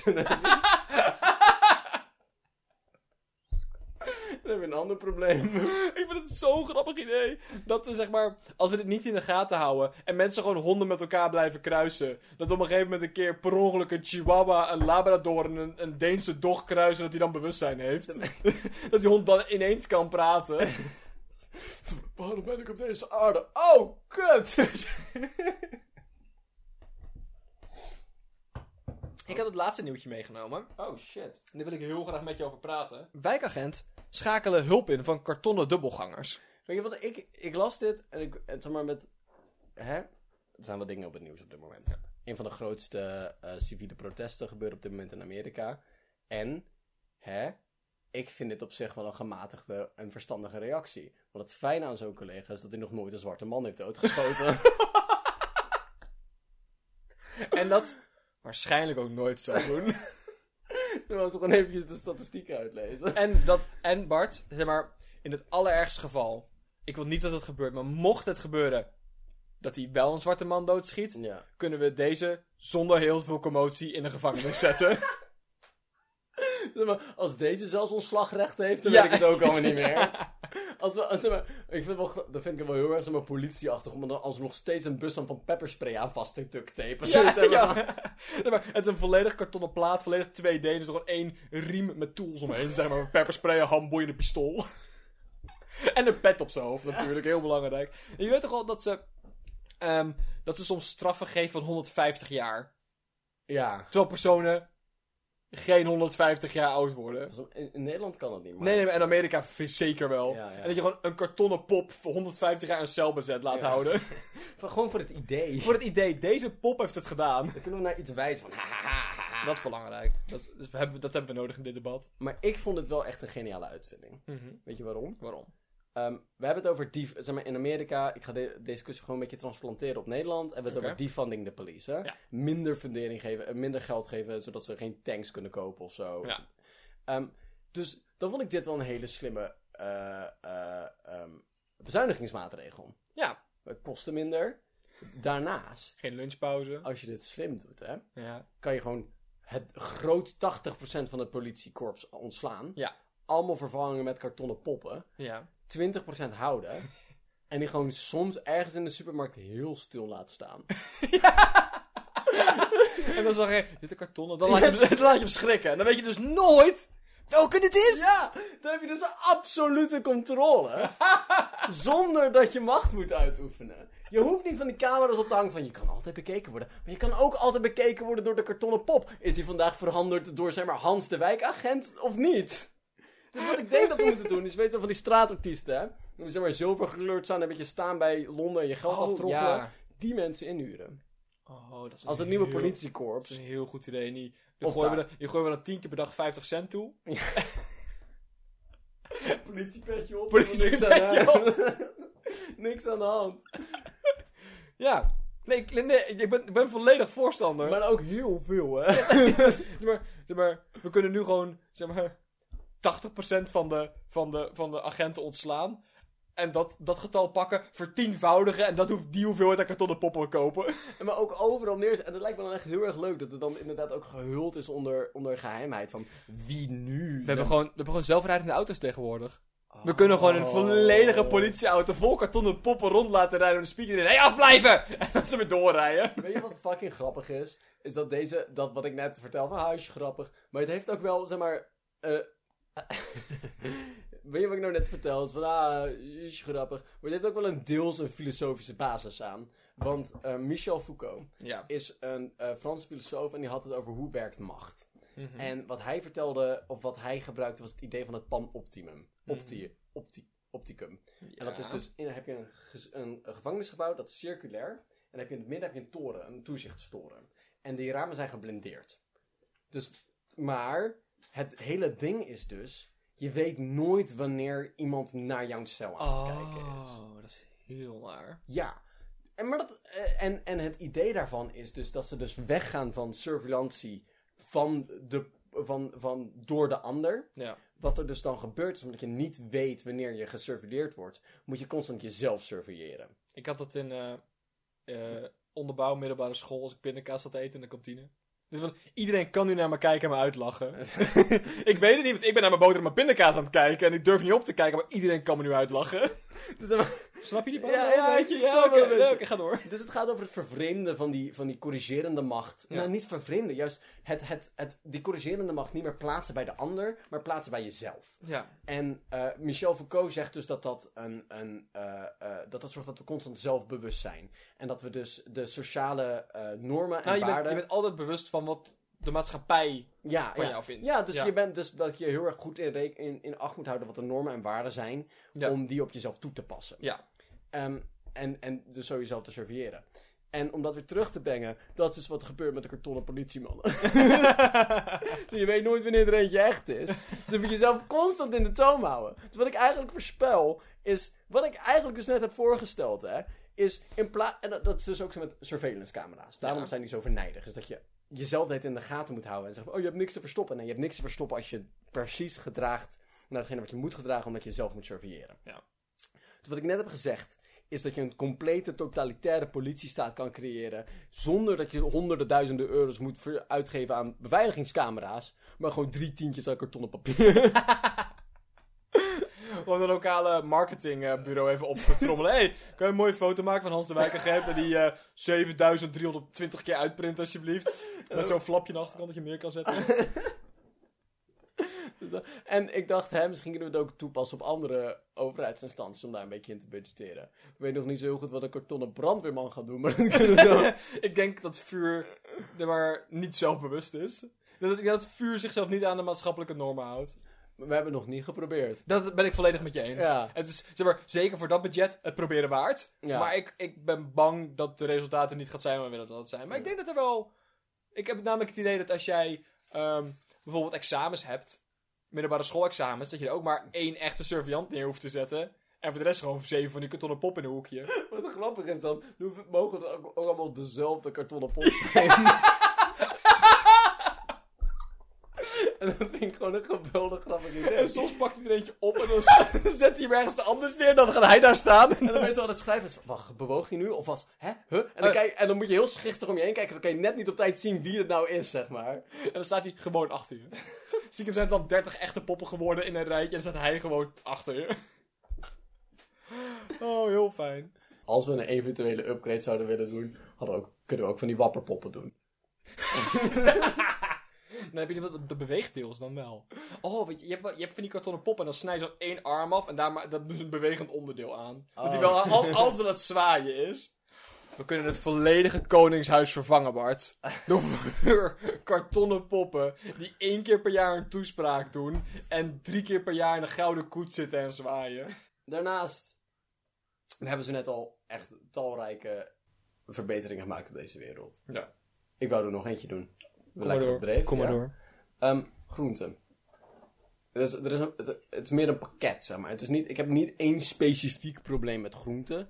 Speaker 2: Dan heb je een ander probleem.
Speaker 1: Ik vind het zo'n grappig idee. Dat we zeg maar, als we dit niet in de gaten houden. En mensen gewoon honden met elkaar blijven kruisen. Dat we op een gegeven moment een keer per ongeluk een chihuahua, een labrador en een Deense dog kruisen. Dat hij dan bewustzijn heeft. Dat die hond dan ineens kan praten.
Speaker 2: Waarom ben ik op deze aarde? Oh, kut!
Speaker 1: Ik had het laatste nieuwtje meegenomen.
Speaker 2: Oh, shit.
Speaker 1: En daar wil ik heel graag met je over praten. Wijkagent schakelen hulp in van kartonnen dubbelgangers.
Speaker 2: Weet je wat, ik las dit en zeg maar met... Hè? Er zijn wel dingen op het nieuws op dit moment. Ja. Een van de grootste civiele protesten gebeurt op dit moment in Amerika. En, ik vind dit op zich wel een gematigde en verstandige reactie. Want het fijne aan zo'n collega is dat hij nog nooit een zwarte man heeft doodgeschoten.
Speaker 1: En dat waarschijnlijk ook nooit zal doen.
Speaker 2: Dan was gewoon eventjes de statistieken uitlezen.
Speaker 1: En Bart, zeg maar, in het allerergste geval, ik wil niet dat het gebeurt, maar mocht het gebeuren dat hij wel een zwarte man doodschiet, kunnen we deze zonder heel veel commotie in de gevangenis zetten.
Speaker 2: Zeg maar, als deze zelfs ontslagrecht heeft, dan weet ik het ook allemaal niet meer. Als we, zeg maar, dat vind ik wel heel erg zeg maar, politieachtig, omdat als we nog steeds een bus van pepperspray aan vast te duct tapen.
Speaker 1: Maar het is een volledig kartonnen plaat, volledig 2D, dus er gewoon 1 riem met tools omheen, zeg maar, met pepperspray, een handboei en een pistool. En een pet op zijn hoofd natuurlijk, heel belangrijk. En je weet toch al dat ze soms straffen geven van 150 jaar.
Speaker 2: Ja.
Speaker 1: Terwijl personen geen 150 jaar oud worden.
Speaker 2: In Nederland kan dat niet. Maar...
Speaker 1: Nee, maar in Amerika zeker wel.
Speaker 2: Ja.
Speaker 1: En dat je gewoon een kartonnen pop voor 150 jaar een cel bezet laat houden.
Speaker 2: Gewoon voor het idee.
Speaker 1: Voor het idee, deze pop heeft het gedaan.
Speaker 2: Dan kunnen we naar iets wijzen van
Speaker 1: Dat is belangrijk. Dat hebben we nodig in dit debat.
Speaker 2: Maar ik vond het wel echt een geniale uitvinding.
Speaker 1: Mm-hmm.
Speaker 2: Weet je waarom?
Speaker 1: Waarom?
Speaker 2: We hebben het over zeg maar, in Amerika. Ik ga deze discussie gewoon een beetje transplanteren op Nederland. En we hebben het over defunding the police. Hè?
Speaker 1: Ja.
Speaker 2: Minder fundering geven, minder geld geven, zodat ze geen tanks kunnen kopen of zo.
Speaker 1: Ja.
Speaker 2: Dus dan vond ik dit wel een hele slimme bezuinigingsmaatregel.
Speaker 1: Ja.
Speaker 2: Het kostte minder. Daarnaast,
Speaker 1: Geen lunchpauze.
Speaker 2: als je dit slim doet, hè,
Speaker 1: Ja.
Speaker 2: kan je gewoon het groot 80% van het politiekorps ontslaan.
Speaker 1: Ja.
Speaker 2: Allemaal vervangen met kartonnen poppen.
Speaker 1: Ja.
Speaker 2: 20% houden. En die gewoon soms ergens in de supermarkt heel stil laat staan.
Speaker 1: En dan zag je, dit een kartonnen. Dan laat je hem schrikken. En dan weet je dus nooit welke dit is.
Speaker 2: Ja, dan heb je dus absolute controle. Zonder dat je macht moet uitoefenen. Je hoeft niet van die camera's op te hangen van je kan altijd bekeken worden. Maar je kan ook altijd bekeken worden door de kartonnen pop. Is die vandaag veranderd door, zeg maar, Hans de wijkagent of niet? Dus wat ik denk dat we moeten doen is, weet je, van die straatartiesten, hè. Die zeg maar zilver gekleurd staan, een beetje staan bij Londen en je geld aftroggelen.
Speaker 1: Ja.
Speaker 2: Die mensen inhuren.
Speaker 1: Oh, dat is
Speaker 2: Als het nieuwe politiekorps.
Speaker 1: Dat is een heel goed idee. Je
Speaker 2: Of
Speaker 1: gooien we dan 10 keer per dag 50 cent toe.
Speaker 2: Politiepetje op.
Speaker 1: Politiepetje op.
Speaker 2: Niks aan de hand.
Speaker 1: Ja. Nee, ik ben volledig voorstander.
Speaker 2: Maar ook heel veel, hè.
Speaker 1: Zeg maar, we kunnen nu gewoon, zeg maar, 80% van de agenten ontslaan. En dat getal pakken, vertienvoudigen. En die hoeveelheid aan kartonnen poppen kopen.
Speaker 2: Maar ook overal neerzetten. En dat lijkt me dan echt heel erg leuk dat het dan inderdaad ook gehuld is onder geheimheid. Van wie nu?
Speaker 1: We hebben gewoon zelfrijdende auto's tegenwoordig. We kunnen gewoon een volledige politieauto vol kartonnen poppen rond laten rijden. Met een speaker in. Hé, afblijven! En dan ze weer doorrijden.
Speaker 2: Weet je wat fucking grappig is? Is dat dat wat ik net vertel van is grappig. Maar het heeft ook wel, zeg maar... Weet je wat ik nou net vertel? Het is van, is grappig. Maar het heeft ook wel een deels een filosofische basis aan. Want Michel Foucault is een Franse filosoof en die had het over hoe werkt macht. Mm-hmm. En wat hij vertelde, of wat hij gebruikte, was het idee van het panoptimum. Opticum. Ja. En dat is dus, heb je een gevangenisgebouw, dat is circulair. En dan heb je in het midden heb je een toren, een toezichtstoren. En die ramen zijn geblindeerd. Dus, maar, het hele ding is dus, je weet nooit wanneer iemand naar jouw cel aan het kijken is.
Speaker 1: Oh, dat is heel naar.
Speaker 2: Ja. En het idee daarvan is dus dat ze dus weggaan van surveillantie door de ander. Ja. Wat er dus dan gebeurt is, omdat je niet weet wanneer je gesurveilleerd wordt, moet je constant jezelf surveilleren.
Speaker 1: Ik had dat in onderbouw, middelbare school, als ik pindakaas zat eten in de kantine. Dus van, iedereen kan nu naar me kijken en me uitlachen. Ik weet het niet, want ik ben naar mijn boter en mijn pindakaas aan het kijken. En ik durf niet op te kijken, maar iedereen kan me nu uitlachen. Dus, snap je die band?
Speaker 2: Ja, ik snap wel een beetje.
Speaker 1: Oké, ga door.
Speaker 2: Dus het gaat over het vervreemden van die corrigerende macht. Ja. Nou, niet vervreemden. Juist die corrigerende macht niet meer plaatsen bij de ander, maar plaatsen bij jezelf. Ja. En Michel Foucault zegt dus dat zorgt dat we constant zelfbewust zijn. En dat we dus de sociale normen en waarden...
Speaker 1: Je bent altijd bewust van wat de maatschappij van jou vindt.
Speaker 2: Ja, dus je bent dus dat je heel erg goed in acht moet houden wat de normen en waarden zijn, om die op jezelf toe te passen. Ja. En dus zo jezelf te surveilleren. En om dat weer terug te brengen, dat is dus wat er gebeurt met de kartonnen politiemannen. Je weet nooit wanneer er eentje echt is. Dus je moet jezelf constant in de toom houden. Dus wat ik eigenlijk voorspel, is wat ik eigenlijk dus net heb voorgesteld, hè, is en dat is dus ook zo met surveillance camera's. Daarom zijn die zo verneidig. Is dat je jezelf in de gaten moet houden en zeggen van, je hebt niks te verstoppen. Nee, je hebt niks te verstoppen als je precies gedraagt naar hetgene wat je moet gedragen, omdat je jezelf moet surveilleren. Ja. Dus wat ik net heb gezegd, is dat je een complete totalitaire politiestaat kan creëren, zonder dat je honderden duizenden euro's moet uitgeven aan beveiligingscamera's, maar gewoon 3 tientjes aan kartonnen papier.
Speaker 1: Gewoon een lokale marketingbureau even opgetrommelen. Hey, kan je een mooie foto maken van Hans de Wijkagent en die 7320 keer uitprinten alsjeblieft? Met zo'n flapje aan de achterkant dat je meer kan zetten.
Speaker 2: En ik dacht, misschien kunnen we het ook toepassen op andere overheidsinstanties om daar een beetje in te budgetteren. Ik weet nog niet zo heel goed wat een kartonnen brandweerman gaat doen, maar dan kunnen we zo...
Speaker 1: Ik denk dat vuur maar niet zelfbewust is. Dat vuur zichzelf niet aan de maatschappelijke normen houdt.
Speaker 2: We hebben het nog niet geprobeerd.
Speaker 1: Dat ben ik volledig met je eens. Ja. Het is, zeker voor dat budget het proberen waard. Ja. Maar ik ben bang dat de resultaten niet gaat zijn waar we willen dat het zijn. Maar ik denk dat er wel... Ik heb namelijk het idee dat als jij bijvoorbeeld examens hebt, middelbare schoolexamens, dat je er ook maar 1 echte surveillant neer hoeft te zetten. En voor de rest gewoon 7 van die kartonnen pop in een hoekje.
Speaker 2: Wat grappig is dan, mogen het ook allemaal dezelfde kartonnen pop zijn. En dat vind ik gewoon een geweldig grappig idee.
Speaker 1: En soms pakt hij er eentje op en dan zet hij hem ergens anders neer. Dan gaat hij daar staan.
Speaker 2: En dan ben je zo aan het schrijven. Wacht, bewoogt hij nu? Of was... Hè? Huh? En dan moet je heel schichtig om je heen kijken. Dan kan je net niet op tijd zien wie het nou is, zeg maar.
Speaker 1: En dan staat hij gewoon achter je. Stiekem zijn het dan 30 echte poppen geworden in een rijtje. En dan staat hij gewoon achter je. Oh, heel fijn.
Speaker 2: Als we een eventuele upgrade zouden willen doen, kunnen we ook van die wapperpoppen doen.
Speaker 1: Dan heb je niet de beweegdeels dan wel. Oh, weet je hebt van die kartonnen poppen en dan snij je zo 1 arm af en dat is een bewegend onderdeel aan. Dat die wel altijd aan het zwaaien is. We kunnen het volledige koningshuis vervangen, Bart. Door kartonnen poppen die 1 keer per jaar een toespraak doen en 3 keer per jaar in een gouden koets zitten en zwaaien.
Speaker 2: Daarnaast hebben ze net al echt talrijke verbeteringen gemaakt op deze wereld.
Speaker 1: Ja.
Speaker 2: Ik wou er nog eentje doen.
Speaker 1: Kom maar door.
Speaker 2: Groenten. Dus het is meer een pakket, zeg maar. Het is niet, ik heb niet één specifiek probleem met groenten.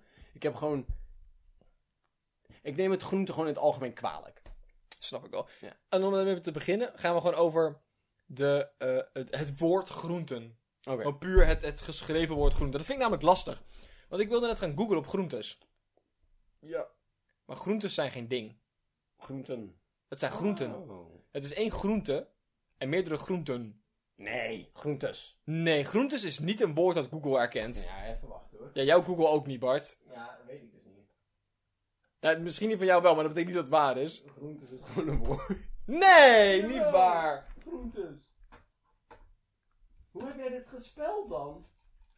Speaker 2: Ik neem het groente gewoon in het algemeen kwalijk.
Speaker 1: Snap ik wel.
Speaker 2: Ja.
Speaker 1: En om ermee te beginnen gaan we gewoon over het woord groenten.
Speaker 2: Oké.
Speaker 1: Gewoon puur het geschreven woord groenten. Dat vind ik namelijk lastig. Want ik wilde net gaan googlen op groentes.
Speaker 2: Ja.
Speaker 1: Maar groentes zijn geen ding.
Speaker 2: Groenten.
Speaker 1: Het zijn groenten.
Speaker 2: Oh.
Speaker 1: Het is 1 groente en meerdere groenten.
Speaker 2: Nee, groentes.
Speaker 1: Nee, groentes is niet een woord dat Google erkent.
Speaker 2: Ja, even wachten hoor.
Speaker 1: Ja, jouw Google ook niet, Bart.
Speaker 2: Ja, dat weet ik dus niet.
Speaker 1: Ja, misschien niet van jou wel, maar dat betekent niet dat het waar is.
Speaker 2: Groentes is gewoon een woord.
Speaker 1: Nee, niet waar.
Speaker 2: Groentes. Hoe heb jij dit gespeld dan?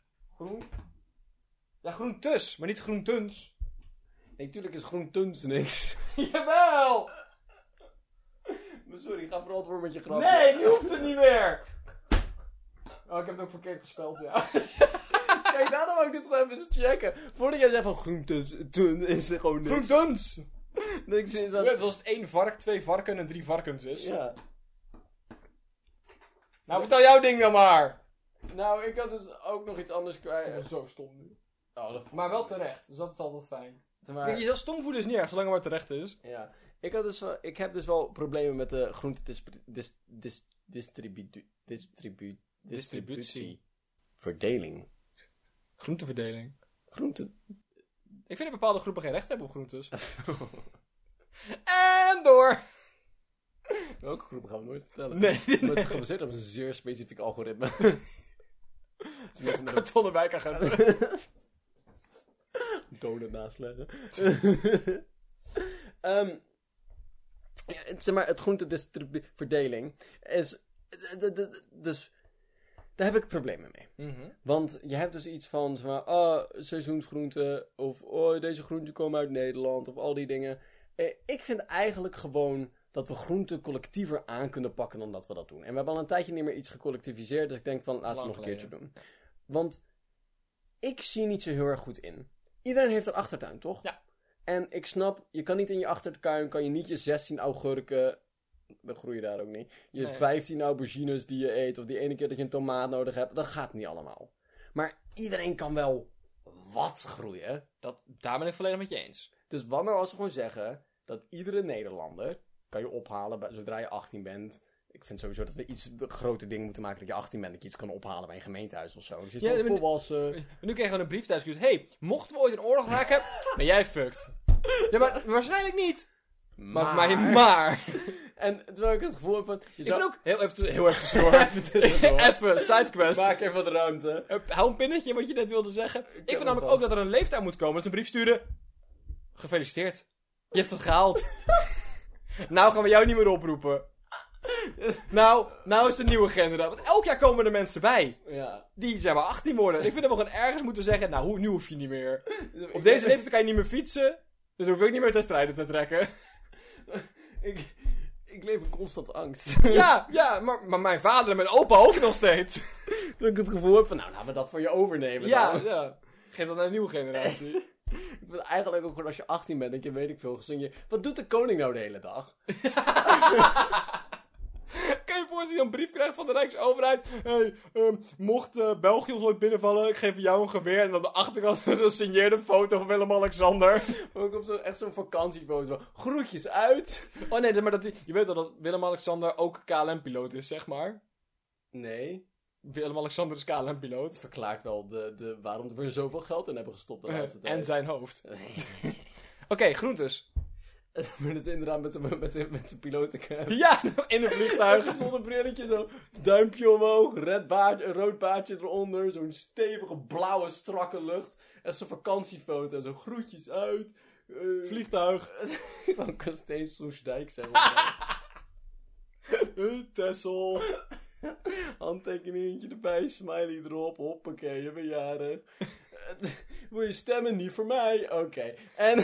Speaker 1: Ja, groentes, maar niet groentens.
Speaker 2: Nee, tuurlijk is groentens niks.
Speaker 1: Jawel!
Speaker 2: Maar sorry, ga verantwoorden met je grapje.
Speaker 1: Nee, nu hoeft het niet meer. Oh, ik heb het ook verkeerd gespeld, ja.
Speaker 2: Kijk, daarom wou ik dit gewoon even eens checken. Voordat jij zei van groentes, is er gewoon niks.
Speaker 1: Groentens!
Speaker 2: Ik zie dat...
Speaker 1: Ja, zoals het 1 vark, 2 varken en 3 varkens is.
Speaker 2: Ja.
Speaker 1: Nou, vertel jouw ding dan maar.
Speaker 2: Nou, ik had dus ook nog iets anders
Speaker 1: Ik vind
Speaker 2: kwijt.
Speaker 1: het zo stom nu.
Speaker 2: Oh,
Speaker 1: Maar wel terecht, dus dat is altijd fijn.
Speaker 2: Maar,
Speaker 1: Kijk, jezelf stom voelen is niet erg, zolang het maar terecht is.
Speaker 2: ja. Ik heb dus wel problemen met de distributie. Verdeling.
Speaker 1: Groenteverdeling.
Speaker 2: Groente.
Speaker 1: Ik vind dat bepaalde groepen geen recht hebben op groentes. En door!
Speaker 2: Welke groepen gaan we nooit vertellen?
Speaker 1: Nee.
Speaker 2: Maar het is gebaseerd op een zeer specifiek algoritme. Dus mensen met
Speaker 1: Kartonnen wijkagenten.
Speaker 2: een donut naast leggen. Zeg maar, het groenteverdeling is... Dus... Daar heb ik problemen mee. Want je hebt dus iets van, zeg maar, seizoensgroenten, of deze groenten komen uit Nederland, of al die dingen. Ik vind eigenlijk gewoon dat we groenten collectiever aan kunnen pakken dan dat we dat doen. En we hebben al een tijdje niet meer iets gecollectiviseerd, dus ik denk van, laten we nog een keertje doen. Want ik zie niet zo heel erg goed in. Iedereen heeft een achtertuin, toch?
Speaker 1: Ja.
Speaker 2: En ik snap, je kan niet in je achtertuin, kan je niet je 16 augurken... Dan groei je daar ook niet. Je 15 aubergines die je eet. Of die ene keer dat je een tomaat nodig hebt. Dat gaat niet allemaal. Maar iedereen kan wel wat groeien.
Speaker 1: Daar ben ik volledig met je eens.
Speaker 2: Dus wat nou als we gewoon zeggen... dat iedere Nederlander kan je ophalen zodra je 18 bent. Ik vind sowieso dat we iets groter ding moeten maken dat je 18 bent. Dat je iets kan ophalen bij een gemeentehuis of zo. Dus je zit volwassen...
Speaker 1: Nu krijgen we een brief thuis. Hey, mochten we ooit een oorlog raken, ben jij fucked. Ja, maar waarschijnlijk niet. Maar.
Speaker 2: En terwijl ik het gevoel heb van...
Speaker 1: Ik vind ook... Heel even tussendoor. Even, sidequest.
Speaker 2: Maak even wat ruimte.
Speaker 1: Hou een pinnetje wat je net wilde zeggen. Ik vind namelijk ook dat er een leeftijd moet komen. Dat ze een brief sturen. Gefeliciteerd. Je hebt het gehaald. Nou gaan we jou niet meer oproepen. Nou is de nieuwe generatie. Want elk jaar komen er mensen bij.
Speaker 2: Ja.
Speaker 1: Die zeg maar 18 worden. Ik vind dat we gewoon ergens moeten zeggen. Nou, nu hoef je niet meer. Op deze leeftijd kan je niet meer fietsen. Dus hoef ik niet meer ten strijde te trekken.
Speaker 2: Ik leef in constante angst.
Speaker 1: Ja, maar mijn vader en mijn opa ook nog steeds.
Speaker 2: Toen ik het gevoel heb van, nou, laten we dat voor je overnemen.
Speaker 1: Ja. Geef dat naar een nieuwe generatie.
Speaker 2: Ik vind eigenlijk ook gewoon als je 18 bent, denk je, weet ik veel, zing je, wat doet de koning nou de hele dag?
Speaker 1: Kun je voor dat hij een brief krijgt van de Rijksoverheid. Hey, mocht België ons ooit binnenvallen, ik geef jou een geweer. En aan de achterkant een gesigneerde foto van Willem-Alexander.
Speaker 2: Ook op echt zo'n vakantiefoto. Groetjes uit.
Speaker 1: Oh nee, maar je weet al dat Willem-Alexander ook KLM-piloot is, zeg maar.
Speaker 2: Nee.
Speaker 1: Willem-Alexander is KLM-piloot.
Speaker 2: Het verklaart wel waarom we er zoveel geld in hebben gestopt de laatste tijd.
Speaker 1: En zijn hoofd. Oké, groentes.
Speaker 2: Met het inderdaad met zijn pilotencap.
Speaker 1: Ja, in een vliegtuig.
Speaker 2: Zonder brilletje, zo duimpje omhoog, een rood baardje eronder, zo'n stevige blauwe strakke lucht. Echt zo'n vakantiefoto en zo groetjes uit.
Speaker 1: Vliegtuig.
Speaker 2: Van Kasteel Soesdijk, zeg
Speaker 1: Texel.
Speaker 2: Handtekeningetje erbij, smiley erop, hoppakee, je bent jarig. Wil je stemmen? Niet voor mij? Oké. En...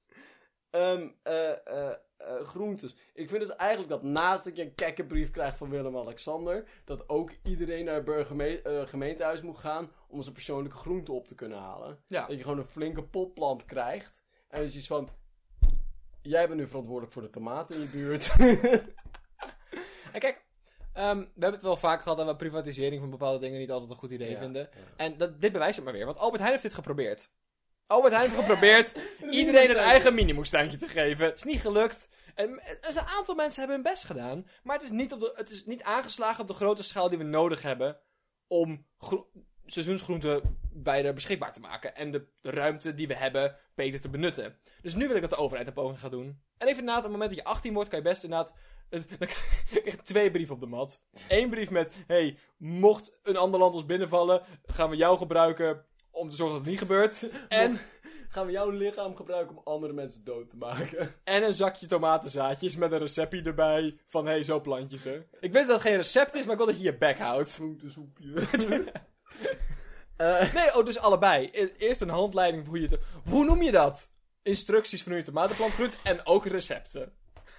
Speaker 2: groentes. Ik vind dus eigenlijk dat naast dat je een kekkenbrief krijgt van Willem-Alexander, dat ook iedereen naar het gemeentehuis moet gaan om zijn persoonlijke groente op te kunnen halen.
Speaker 1: Ja.
Speaker 2: Dat je gewoon een flinke potplant krijgt. En dus iets van, jij bent nu verantwoordelijk voor de tomaten in je buurt.
Speaker 1: En kijk, we hebben het wel vaak gehad dat we privatisering van bepaalde dingen niet altijd een goed idee vinden.
Speaker 2: Ja.
Speaker 1: En dit bewijst het maar weer, want Albert Heijn heeft dit geprobeerd. Albert Heijn heeft geprobeerd iedereen een eigen mini-moestuintje te geven. Is niet gelukt. En een aantal mensen hebben hun best gedaan. Maar het is niet aangeslagen op de grote schaal die we nodig hebben om seizoensgroenten wijder beschikbaar te maken. En de ruimte die we hebben beter te benutten. Dus nu wil ik dat de overheid een poging gaat doen. En even na het moment dat je 18 wordt, kan je best inderdaad... Dan krijg je 2 brieven op de mat. 1 brief met, hey, mocht een ander land ons binnenvallen, gaan we jou gebruiken om te zorgen dat het niet gebeurt. En
Speaker 2: gaan we jouw lichaam gebruiken om andere mensen dood te maken.
Speaker 1: En een zakje tomatenzaadjes met een receptje erbij van, hey, zo plant je ze. Ik weet dat het geen recept is, maar ik wil dat je je bek houdt.
Speaker 2: Groentesoepje.
Speaker 1: Nee, dus allebei. Eerst een handleiding voor hoe noem je dat? Instructies van hoe je tomatenplant groeit en ook recepten.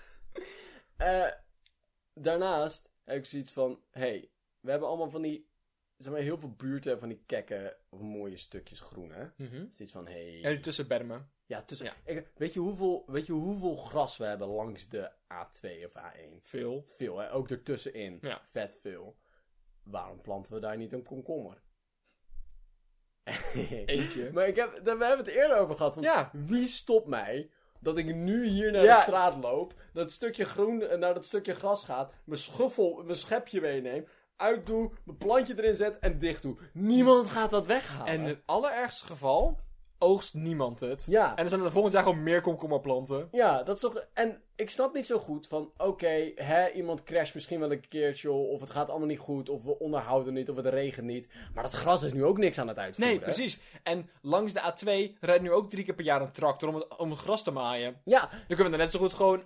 Speaker 2: Daarnaast heb ik zoiets van, hey, we hebben allemaal van die, zeg maar, heel veel buurten hebben van die kekke, mooie stukjes groen, hè? Zoiets van, hey...
Speaker 1: Ja, die tussenbermen.
Speaker 2: Ja, tussen...
Speaker 1: Ja.
Speaker 2: Weet je hoeveel gras we hebben langs de A2 of A1?
Speaker 1: Veel.
Speaker 2: Veel, hè? Ook ertussenin.
Speaker 1: Ja.
Speaker 2: Vet veel. Waarom planten we daar niet een komkommer?
Speaker 1: Eentje.
Speaker 2: Maar we hebben het eerder over gehad. Van,
Speaker 1: Ja.
Speaker 2: Wie stopt mij dat ik nu hier naar de straat loop, dat stukje groen naar dat stukje gras gaat, mijn schepje meeneem, uitdoe, mijn plantje erin zet en dicht doe. Niemand gaat dat weghalen.
Speaker 1: En in het allerergste geval oogst niemand het.
Speaker 2: Ja.
Speaker 1: En er zijn er volgend jaar gewoon meer komkommerplanten.
Speaker 2: Ja, dat is toch... En ik snap niet zo goed van, oké, iemand crasht misschien wel een keertje, of het gaat allemaal niet goed, of we onderhouden niet, of het regent niet. Maar dat gras is nu ook niks aan het uitvoeren.
Speaker 1: Nee, precies. En langs de A2 rijdt nu ook 3 keer per jaar een tractor om het gras te maaien.
Speaker 2: Ja.
Speaker 1: Dan kunnen we er net zo goed gewoon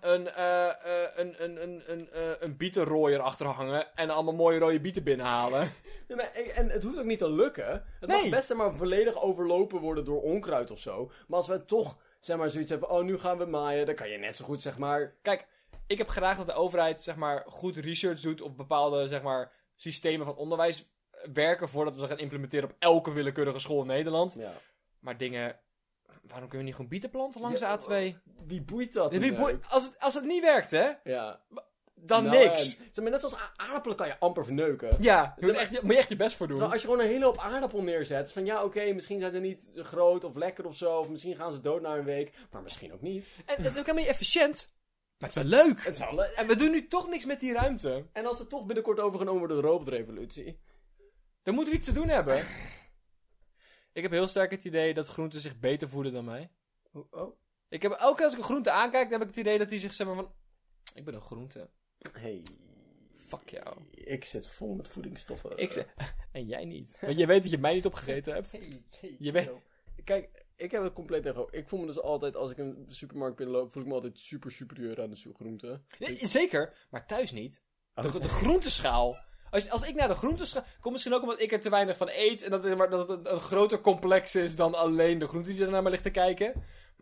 Speaker 1: een bietenrooier achter hangen en allemaal mooie rode bieten binnenhalen.
Speaker 2: Nee, maar, en het hoeft ook niet te lukken. Het mag best maar volledig overlopen worden door onkruid of zo. Maar als we toch, zeg maar, zoiets hebben, nu gaan we maaien, dan kan je net zo goed, zeg maar...
Speaker 1: Kijk, ik heb graag dat de overheid, zeg maar, goed research doet op bepaalde, zeg maar, systemen van onderwijs werken voordat we ze gaan implementeren op elke willekeurige school in Nederland.
Speaker 2: Ja.
Speaker 1: Maar dingen... Waarom kunnen we niet gewoon bieten planten langs de A2?
Speaker 2: Wie boeit dat?
Speaker 1: Als het niet werkt, hè?
Speaker 2: Ja.
Speaker 1: Dan niks.
Speaker 2: Zeg maar, net zoals aardappelen kan je amper verneuken.
Speaker 1: Ja, daar moet je echt je best voor doen.
Speaker 2: Als je gewoon een hele hoop aardappel neerzet. Van ja, oké, misschien zijn ze niet groot of lekker of zo. Of misschien gaan ze dood na een week. Maar misschien ook niet.
Speaker 1: En het is ook helemaal niet efficiënt. Maar het is wel leuk.
Speaker 2: Het is wel leuk.
Speaker 1: En we doen nu toch niks met die ruimte.
Speaker 2: En als het toch binnenkort overgenomen wordt door de robotrevolutie.
Speaker 1: Dan moeten we iets te doen hebben. Ik heb heel sterk het idee dat groenten zich beter voeden dan mij. Ik heb elke keer als ik een groente aankijk, dan heb ik het idee dat die zich, zeg maar, van... Ik ben een groente.
Speaker 2: Hey.
Speaker 1: Fuck jou.
Speaker 2: Ik zit vol met voedingsstoffen.
Speaker 1: En jij niet. Want je weet dat je mij niet opgegeten hebt. Je weet...
Speaker 2: Kijk, ik heb het compleet tegen. Ik voel me dus altijd, als ik een supermarkt binnenloop, voel ik me altijd super superieur aan de groenten.
Speaker 1: Nee, zeker, maar thuis niet. De groenteschaal. Als ik naar de groenteschaal... Komt misschien ook omdat ik er te weinig van eet. En dat het een groter complex is dan alleen de groente die er naar me ligt te kijken. Maar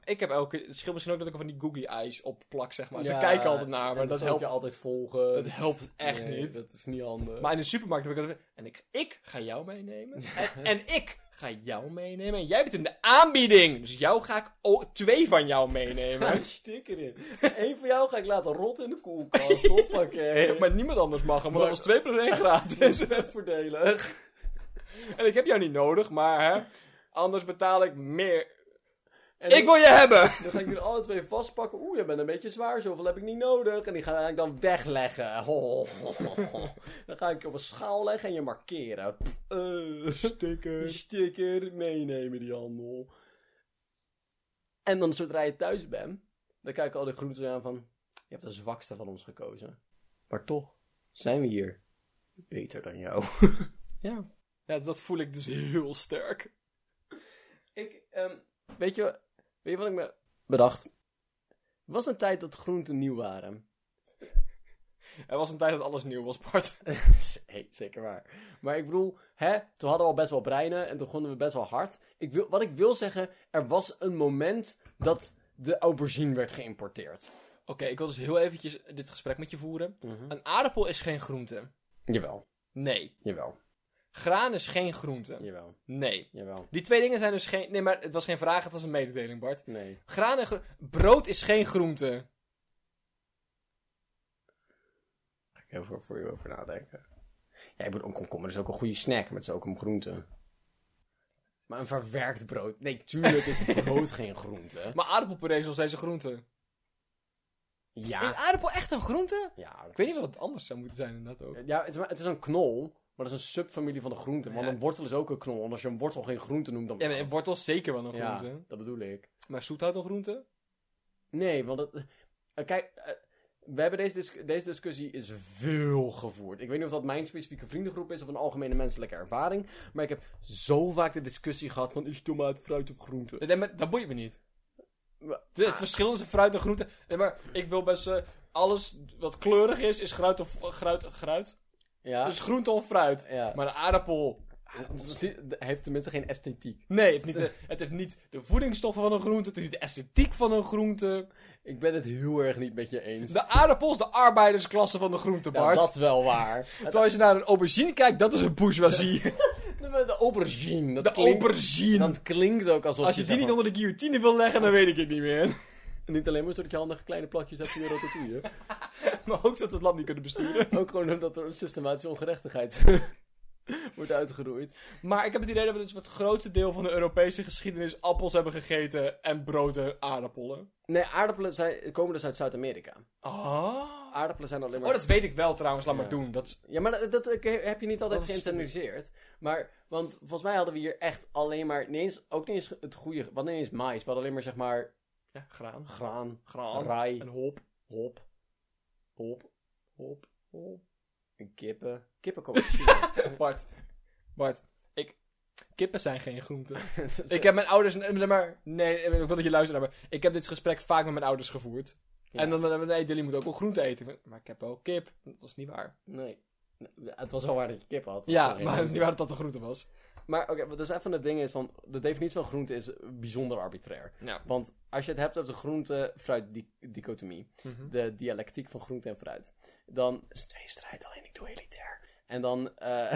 Speaker 1: Ik heb het scheelt misschien ook dat ik er van die googly eyes op plak, zeg maar. Ze
Speaker 2: Ja,
Speaker 1: kijken altijd naar, maar
Speaker 2: en
Speaker 1: dat
Speaker 2: zal
Speaker 1: helpt
Speaker 2: je altijd volgen.
Speaker 1: Dat helpt echt
Speaker 2: Nee,
Speaker 1: niet.
Speaker 2: Dat is niet handig.
Speaker 1: Maar in de supermarkt heb ik altijd... En ik ga jou meenemen. En ik ga jou meenemen. En jij bent in de aanbieding. Dus jou ga ik 2 van jou meenemen.
Speaker 2: Een sticker in. Eén van jou ga ik laten rotten in de koelkast. Hoppakee.
Speaker 1: Maar niemand anders mag hem. Want dat was 2 plus 1 gratis.
Speaker 2: is vet voordelig.
Speaker 1: En ik heb jou niet nodig, maar hè, anders betaal ik meer.
Speaker 2: En
Speaker 1: Ik wil je hebben!
Speaker 2: Dan ga ik jullie alle 2 vastpakken. Oeh, je bent een beetje zwaar. Zoveel heb ik niet nodig. En die ga ik dan wegleggen. Ho. Dan ga ik je op een schaal leggen en je markeren. Sticker meenemen die handel. En dan zodra je thuis bent, dan kijken al die groenten aan van... Je hebt de zwakste van ons gekozen. Maar toch zijn we hier beter dan jou.
Speaker 1: Ja. Ja, dat voel ik dus heel sterk.
Speaker 2: Weet je wat ik me bedacht? Er was een tijd dat groenten nieuw waren.
Speaker 1: Er was een tijd dat alles nieuw was, Bart.
Speaker 2: Hey, zeker waar. Maar ik bedoel, toen hadden we al best wel breinen en toen begonnen we best wel hard. Wat ik wil zeggen, er was een moment dat de aubergine werd geïmporteerd.
Speaker 1: Oké, ik wil dus heel eventjes dit gesprek met je voeren. Een aardappel is geen groente.
Speaker 2: Jawel.
Speaker 1: Nee.
Speaker 2: Jawel.
Speaker 1: Graan is geen groente.
Speaker 2: Jawel.
Speaker 1: Nee.
Speaker 2: Jawel.
Speaker 1: Die 2 dingen zijn dus geen... Nee, maar het was geen vraag, het was een mededeling, Bart.
Speaker 2: Nee.
Speaker 1: Graan en brood is geen groente.
Speaker 2: Ga ik even voor je over nadenken. Ja, ik bedoel, een komkommer is ook een goede snack, maar het is ook een groente. Maar een verwerkt brood... Nee, tuurlijk is brood geen groente.
Speaker 1: Maar aardappelpuree is nog steeds een groente.
Speaker 2: Ja.
Speaker 1: Is aardappel echt een groente?
Speaker 2: Ja,
Speaker 1: Ik weet niet wat het anders zou moeten zijn inderdaad ook.
Speaker 2: Ja, het is een knol, maar dat is een subfamilie van de groente. Want
Speaker 1: Ja.
Speaker 2: een wortel is ook een knol. En als je een wortel geen groente noemt, dan...
Speaker 1: Ja, maar wortel is zeker wel een groente.
Speaker 2: Ja, dat bedoel ik.
Speaker 1: Maar zoethout een groente?
Speaker 2: Nee, want kijk, we hebben deze discussie is veel gevoerd. Ik weet niet of dat mijn specifieke vriendengroep is of een algemene menselijke ervaring. Maar ik heb zo vaak de discussie gehad van is tomaat, fruit of groente?
Speaker 1: Nee, maar dat boeit me niet. Het verschil tussen fruit en groente... Nee, maar ik wil best... alles wat kleurig is fruit of... Gruit?
Speaker 2: Ja.
Speaker 1: Dus groente of fruit.
Speaker 2: Ja.
Speaker 1: Maar een aardappel...
Speaker 2: Het heeft tenminste geen esthetiek.
Speaker 1: Nee, het heeft niet de voedingsstoffen van een groente. Het heeft niet de esthetiek van een groente.
Speaker 2: Ik ben het heel erg niet met je eens.
Speaker 1: De aardappel is de arbeidersklasse van de groente,
Speaker 2: Ja,
Speaker 1: Bart.
Speaker 2: dat wel waar.
Speaker 1: Terwijl als je naar een aubergine kijkt, dat is een bourgeoisie.
Speaker 2: De aubergine.
Speaker 1: De aubergine.
Speaker 2: Dat klinkt ook alsof
Speaker 1: Als je die niet onder de guillotine wil leggen, dan weet ik het niet meer.
Speaker 2: Niet alleen maar zodat je handige kleine plakjes hebt in je ratatouille.
Speaker 1: Maar ook zodat we het land niet kunnen besturen.
Speaker 2: Ook gewoon omdat er een systematische ongerechtigheid wordt uitgeroeid.
Speaker 1: Maar ik heb het idee dat we dus het grootste deel van de Europese geschiedenis appels hebben gegeten en brood en aardappelen.
Speaker 2: Nee, aardappelen komen dus uit Zuid-Amerika.
Speaker 1: Oh.
Speaker 2: Aardappelen zijn alleen maar...
Speaker 1: Oh, dat weet ik wel trouwens. Laat
Speaker 2: Ja.
Speaker 1: maar doen. Dat is...
Speaker 2: Ja, maar dat heb je niet altijd
Speaker 1: Dat is
Speaker 2: geïnternaliseerd. Maar, want volgens mij hadden we hier echt alleen maar... ook niet eens het goede... We hadden niet eens mais. We hadden alleen maar zeg maar...
Speaker 1: Ja, graan.
Speaker 2: Graan. Rij.
Speaker 1: En hop.
Speaker 2: Hop. En kippen. Kippen komen uit China.
Speaker 1: Bart. Kippen zijn geen groenten. Ik heb mijn ouders... Nee, ik wil dat je luistert naar me. Ik heb dit gesprek vaak met mijn ouders gevoerd.
Speaker 2: Ja.
Speaker 1: En dan... Nee, jullie moeten ook wel groente eten. Maar ik heb wel kip. Dat was niet waar.
Speaker 2: Nee. Het was wel waar dat je kippen had.
Speaker 1: Ja, maar het is niet waar dat dat een groente was.
Speaker 2: Maar oké, dus even het ding is van... De definitie van groente is bijzonder arbitrair.
Speaker 1: Ja.
Speaker 2: Want als je het hebt over de groente-fruit-dichotomie... De dialectiek van groente en fruit... Dan is het tweestrijd, alleen ik doe elitair. En dan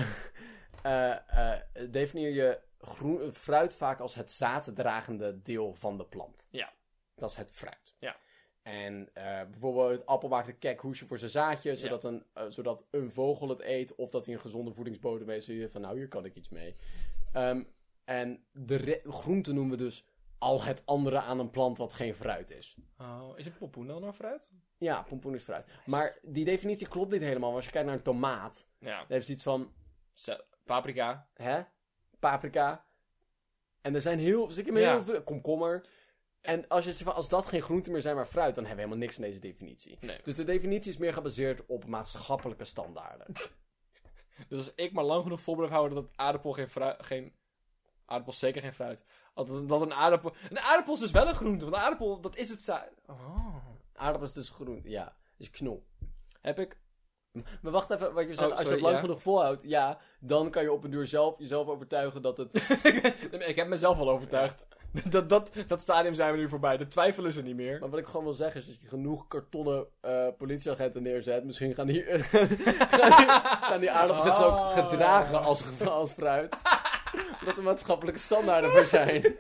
Speaker 2: definieer je fruit vaak als het zaaddragende deel van de plant.
Speaker 1: Ja.
Speaker 2: Dat is het fruit.
Speaker 1: Ja.
Speaker 2: En bijvoorbeeld appel maakt een kekhoesje voor zijn zaadje, zodat een vogel het eet, of dat hij een gezonde voedingsbodem heeft. Zodat je van, nou, hier kan ik iets mee. En de groente noemen we dus al het andere aan een plant wat geen fruit is.
Speaker 1: Oh, is een pompoen dan nou fruit?
Speaker 2: Ja, pompoen is fruit. Maar die definitie klopt niet helemaal. Want als je kijkt naar een tomaat,
Speaker 1: Ja.
Speaker 2: dan heeft ze iets van...
Speaker 1: Paprika.
Speaker 2: Paprika. En er zijn heel veel... Komkommer. En als dat geen groenten meer zijn, maar fruit, dan hebben we helemaal niks in deze definitie.
Speaker 1: Nee.
Speaker 2: Dus de definitie is meer gebaseerd op maatschappelijke standaarden.
Speaker 1: Dus als ik maar lang genoeg vol blijf houden dat aardappel aardappel is zeker geen fruit. Dat een aardappel... Een aardappel is dus wel een groente. Want een aardappel, dat is het
Speaker 2: Aardappel is dus groen. Ja, is knol.
Speaker 1: Heb ik...
Speaker 2: Maar wacht even, wat je zegt, als je
Speaker 1: sorry,
Speaker 2: het lang
Speaker 1: ja.
Speaker 2: genoeg volhoudt, ja, dan kan je op een duur jezelf overtuigen dat het...
Speaker 1: Ik heb mezelf al overtuigd. Dat stadium zijn we nu voorbij. De twijfel is er niet meer.
Speaker 2: Maar wat ik gewoon wil zeggen is dat je genoeg kartonnen politieagenten neerzet. Misschien gaan die, gaan die aardappels zich zo gedragen als fruit. Omdat er maatschappelijke standaarden voor zijn.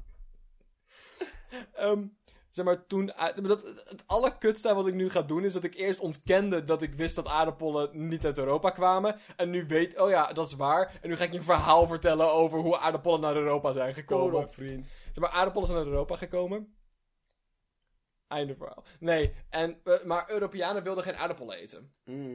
Speaker 1: Zeg maar, toen... Het allerkutste wat ik nu ga doen is dat ik eerst ontkende dat ik wist dat aardappelen niet uit Europa kwamen. En nu weet, oh ja, dat is waar. En nu ga ik je een verhaal vertellen over hoe aardappelen naar Europa zijn gekomen.
Speaker 2: Kom op, vriend.
Speaker 1: Zeg maar, aardappelen zijn naar Europa gekomen. Einde verhaal. Nee, maar Europeanen wilden geen aardappelen eten.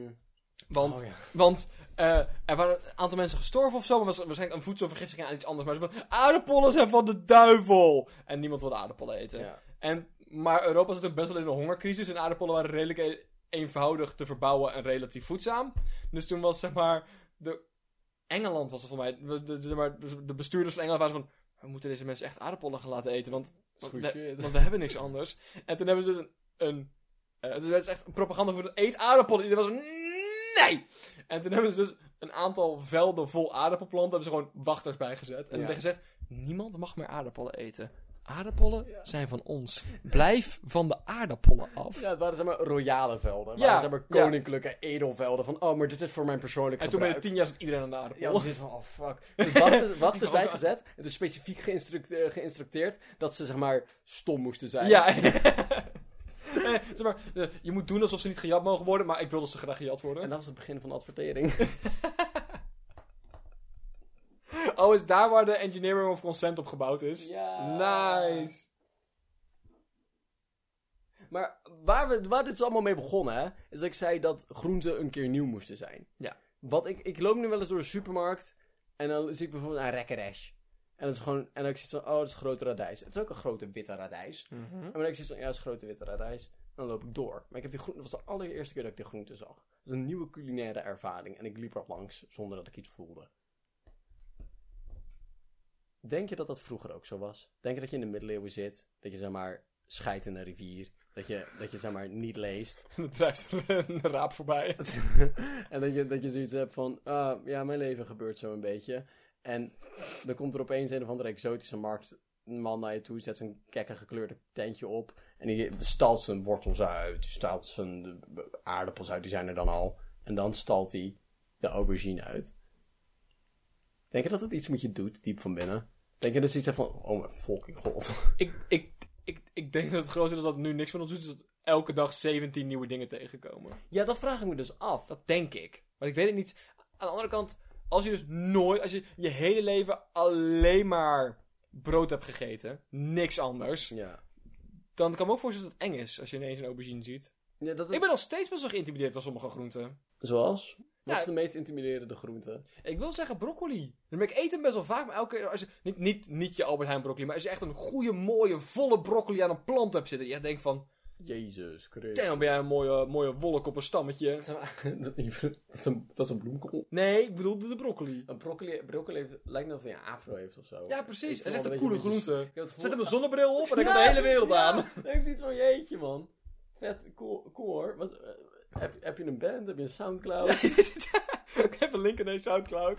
Speaker 1: Want er waren een aantal mensen gestorven of zo. Maar was waarschijnlijk een voedselvergiftiging aan iets anders. Maar ze van, aardappelen zijn van de duivel. En niemand wilde aardappelen eten. Ja. Maar Europa zat ook best wel in een hongercrisis. En aardappelen waren redelijk eenvoudig te verbouwen en relatief voedzaam. Dus toen was, zeg maar... Engeland was het voor mij. De bestuurders van Engeland waren van... We moeten deze mensen echt aardappelen gaan laten eten. Want we hebben niks anders. En toen hebben ze dus het was echt een propaganda voor eet aardappelen. Iedereen was van... Nee! En toen hebben ze dus een aantal velden vol aardappelplanten. Hebben ze gewoon wachters bijgezet. En hebben gezegd... Niemand mag meer aardappelen eten. Aardappelen zijn van ons. Blijf van de aardappelen af.
Speaker 2: Ja, het waren zeg maar royale velden. Het waren zeg maar koninklijke edelvelden. Van, oh, maar dit is voor mijn persoonlijk gebruik.
Speaker 1: En toen binnen 10 jaar zat iedereen aan de aardappel.
Speaker 2: Ja, dus van, oh fuck. Dus wachters bijgezet. En dus specifiek geïnstructeerd dat ze zeg maar stom moesten zijn.
Speaker 1: Ja. Zeg maar, je moet doen alsof ze niet gejat mogen worden, maar ik wil dat ze graag gejat worden.
Speaker 2: En dat was het begin van de advertering.
Speaker 1: Oh, is daar waar de engineering of consent op gebouwd is?
Speaker 2: Ja.
Speaker 1: Nice.
Speaker 2: Maar waar dit is allemaal mee begonnen, hè, is dat ik zei dat groenten een keer nieuw moesten zijn. Ja. Ik loop nu wel eens door de supermarkt en dan zie ik bijvoorbeeld een rekkeresh. En dat is gewoon, en dan ik zie van, oh, dat is grote radijs. Het is ook een grote witte radijs. En dan ik zie van, ja, dat is grote witte radijs. En dan loop ik door. Maar ik heb dat was de allereerste keer dat ik de groente zag. Dat is een nieuwe culinaire ervaring. En ik liep er langs zonder dat ik iets voelde. Denk je dat dat vroeger ook zo was? Denk je dat je in de middeleeuwen zit? Dat je, zeg maar, scheidt in een rivier? Dat je zeg maar, niet leest?
Speaker 1: En dan drijft er een raap voorbij.
Speaker 2: En dat je zoiets hebt van... ja, mijn leven gebeurt zo een beetje. En dan komt er opeens een of andere exotische marktman naar je toe. Zet zijn kekke gekleurde tentje op. En die stalt zijn wortels uit. Die stalt zijn aardappels uit. Die zijn er dan al. En dan stalt hij de aubergine uit. Denk je dat het iets met je doet, diep van binnen? Denk je dus iets van, oh mijn fucking god.
Speaker 1: Ik denk dat het grootste dat nu niks met ons doet, is dat elke dag 17 nieuwe dingen tegenkomen.
Speaker 2: Ja, dat vraag ik me dus af.
Speaker 1: Dat denk ik. Maar ik weet het niet. Aan de andere kant, als je je hele leven alleen maar brood hebt gegeten, niks anders, dan kan ik me ook voorstellen dat het eng is als je ineens een aubergine ziet. Ja, Ik ben nog steeds best wel geïntimideerd door sommige groenten.
Speaker 2: Zoals? Wat is de meest intimiderende groente?
Speaker 1: Ik wil zeggen broccoli. Ik eet hem best wel vaak, maar elke keer... Als je, niet je Albert Heijn broccoli, maar als je echt een goede, mooie, volle broccoli aan een plant hebt zitten, je denkt van...
Speaker 2: Jezus Christus.
Speaker 1: Dan ben jij een mooie wolk op een stammetje.
Speaker 2: Dat is een bloemkool?
Speaker 1: Nee, ik bedoel de broccoli.
Speaker 2: Een broccoli lijkt net of hij een afro heeft of zo.
Speaker 1: Ja, precies. Hij is echt een coole groente. Zet hem een zonnebril op en dan komt de hele wereld aan.
Speaker 2: Dan heeft iets van, jeetje man. Vet, cool hoor. Wat... Heb je een band? Heb je een Soundcloud?
Speaker 1: Ik heb een link in een Soundcloud.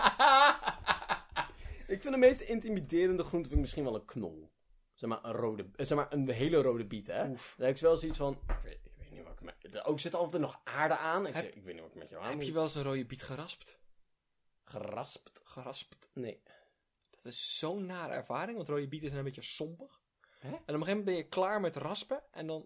Speaker 2: Ik vind de meest intimiderende groente vind ik misschien wel een knol. Zeg maar een hele rode biet, hè? Oef. Daar heb ik wel zoiets van... Ik weet niet wat ik met... Ook zit altijd nog aarde aan. Ik weet niet wat ik met jou aan
Speaker 1: moet. Heb je wel eens een rode biet geraspt?
Speaker 2: Geraspt? Nee.
Speaker 1: Dat is zo'n nare ervaring, want rode bieten zijn een beetje sompig. Hè? En op een gegeven moment ben je klaar met raspen en dan...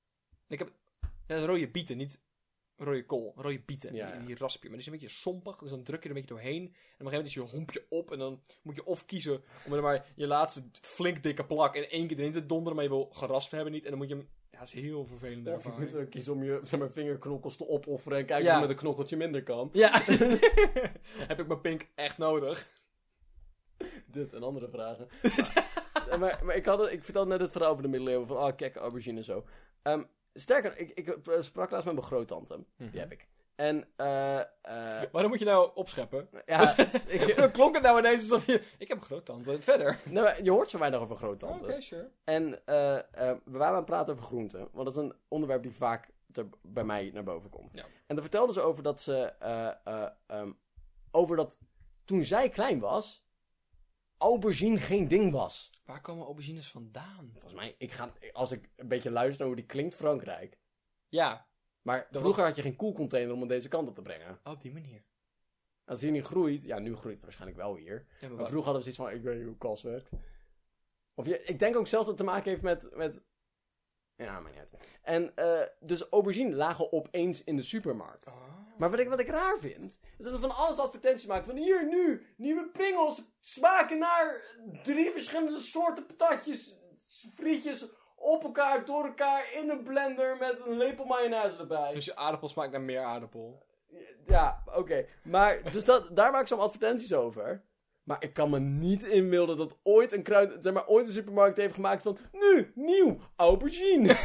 Speaker 1: rode bieten, niet rode kool. Rode bieten, die rasp je. Maar die is een beetje sompig, dus dan druk je er een beetje doorheen. En op een gegeven moment is je hompje op en dan moet je of kiezen om er maar je laatste flink dikke plak in één keer erin te donderen, maar je wil geraspt hebben niet. En dan moet je hem... Ja, dat is heel vervelend.
Speaker 2: Of je moet kiezen om je vingerknokkels te opofferen en kijken of met een knokkeltje minder kan.
Speaker 1: Ja. Heb ik mijn pink echt nodig?
Speaker 2: Dit en andere vragen. maar ik vertelde net het verhaal over de middeleeuwen van, kijk, aubergine en zo. Sterker, ik sprak laatst met mijn groottante. Die heb ik. En,
Speaker 1: waarom moet je nou opscheppen? Ja, klonk het nou ineens alsof je... Ik heb een groottante. Verder.
Speaker 2: Nou, je hoort zo weinig over groottantes.
Speaker 1: Oké, sure.
Speaker 2: En we waren aan het praten over groenten. Want dat is een onderwerp die vaak bij mij naar boven komt. Ja. En daar vertelden ze over dat ze... over dat toen zij klein was... aubergine geen ding was.
Speaker 1: Waar komen aubergines vandaan?
Speaker 2: Volgens mij, als ik een beetje luister naar hoe die klinkt, Frankrijk.
Speaker 1: Ja.
Speaker 2: Maar vroeger had je geen koelcontainer om hem deze kant op te brengen.
Speaker 1: Op die manier.
Speaker 2: Als hij niet groeit, ja, nu groeit het waarschijnlijk wel hier.
Speaker 1: Ja,
Speaker 2: maar vroeger hadden we zoiets van, ik weet niet hoe kas werkt. Of ik denk ook zelfs dat het te maken heeft met... Ja, maar niet uit. En dus aubergine lagen opeens in de supermarkt.
Speaker 1: Oh.
Speaker 2: Maar wat ik raar vind, is dat we van alles advertenties maken. Van hier, nu, nieuwe Pringles smaken naar 3 verschillende soorten patatjes, frietjes, op elkaar, door elkaar, in een blender met een lepel mayonaise erbij.
Speaker 1: Dus je aardappel smaakt naar meer aardappel.
Speaker 2: Ja, oké. Maar, dus daar maak ik zo'n advertenties over. Maar ik kan me niet inbeelden dat ooit ooit een supermarkt heeft gemaakt van, nu, nieuw, aubergine.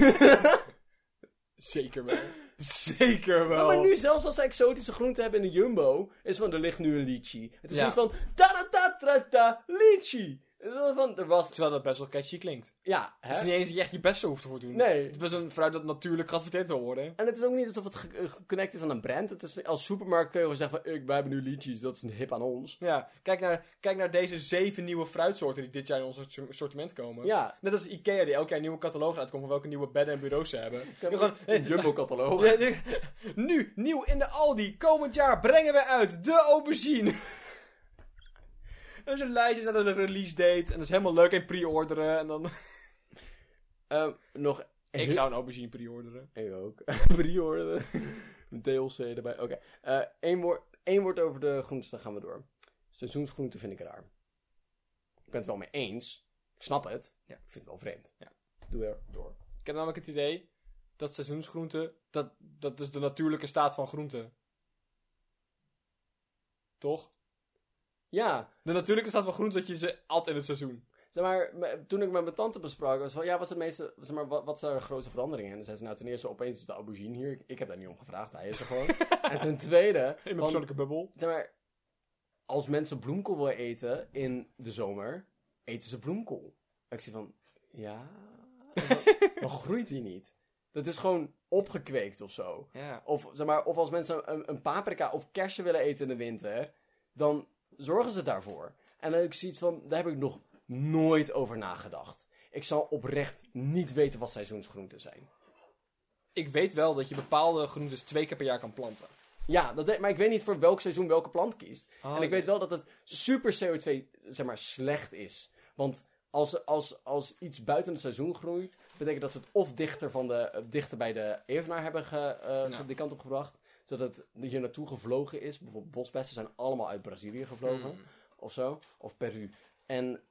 Speaker 1: Zeker wel. Zeker wel.
Speaker 2: Ja, maar nu zelfs als ze exotische groenten hebben in de Jumbo, is van, er ligt nu een lychee. Het is
Speaker 1: Ja.
Speaker 2: niet van, ta-da-ta-tra-ta, lychee. Het is wel van, er was...
Speaker 1: Terwijl dat best wel catchy klinkt.
Speaker 2: Ja,
Speaker 1: Het is
Speaker 2: hè?
Speaker 1: niet eens dat je echt je best hoeft voor te doen.
Speaker 2: Nee.
Speaker 1: Het is best een fruit dat natuurlijk geadverteerd wil worden.
Speaker 2: En het is ook niet alsof het geconnect is aan een brand. Het is, als supermarkt kun je gewoon zeggen van, wij hebben nu lychees, dat is een hip aan ons.
Speaker 1: Ja, kijk naar deze 7 nieuwe fruitsoorten die dit jaar in ons assortiment komen.
Speaker 2: Ja.
Speaker 1: Net als Ikea die elk jaar een nieuwe catalogus uitkomt van welke nieuwe bedden en bureaus ze hebben.
Speaker 2: Een Jumbo-catalogus.
Speaker 1: Ja, nu, nieuw in de Aldi, komend jaar brengen we uit de aubergine. Er is een lijstje, staat er een release date en dat is helemaal leuk en pre-orderen en dan...
Speaker 2: Nog...
Speaker 1: Ik zou een aubergine pre-orderen.
Speaker 2: Ik ook. Pre-orderen. Een DLC erbij. Oké. Eén woord over de groenten, dan gaan we door. Seizoensgroenten vind ik raar. Ik ben het wel mee eens. Ik snap het.
Speaker 1: Ja.
Speaker 2: Ik vind het wel vreemd.
Speaker 1: Ja.
Speaker 2: Doe er door.
Speaker 1: Ik heb namelijk het idee dat seizoensgroenten, dat is de natuurlijke staat van groenten. Toch?
Speaker 2: Ja.
Speaker 1: De natuurlijke staat van groenten is dat je ze at in het seizoen.
Speaker 2: Zeg maar, toen ik met mijn tante besprak, was van, ja, wat is het meeste, zeg maar, wat zijn de grootste veranderingen? En dan zei ze, nou, ten eerste, opeens is de aubergine hier. Ik heb daar niet om gevraagd, hij is er gewoon. En ten tweede...
Speaker 1: In mijn persoonlijke bubbel.
Speaker 2: Zeg maar, als mensen bloemkool willen eten in de zomer, eten ze bloemkool. En ik zie van, ja, dan groeit die niet. Dat is gewoon opgekweekt of zo.
Speaker 1: Ja.
Speaker 2: Of, zeg maar, of als mensen een paprika of kersen willen eten in de winter, dan zorgen ze daarvoor. En dan heb ik zoiets van, daar heb ik nog nooit over nagedacht. Ik zal oprecht niet weten wat seizoensgroenten zijn.
Speaker 1: Ik weet wel dat je bepaalde groentes 2 keer per jaar kan planten.
Speaker 2: Ja, maar ik weet niet voor welk seizoen welke plant kiest.
Speaker 1: Oh,
Speaker 2: en ik weet wel dat het super CO2, zeg maar, slecht is. Want als iets buiten het seizoen groeit, betekent dat ze het of dichter bij de evenaar hebben die kant op gebracht. Zodat het hier naartoe gevlogen is. Bijvoorbeeld bosbessen zijn allemaal uit Brazilië gevlogen. Of zo. Of Peru. En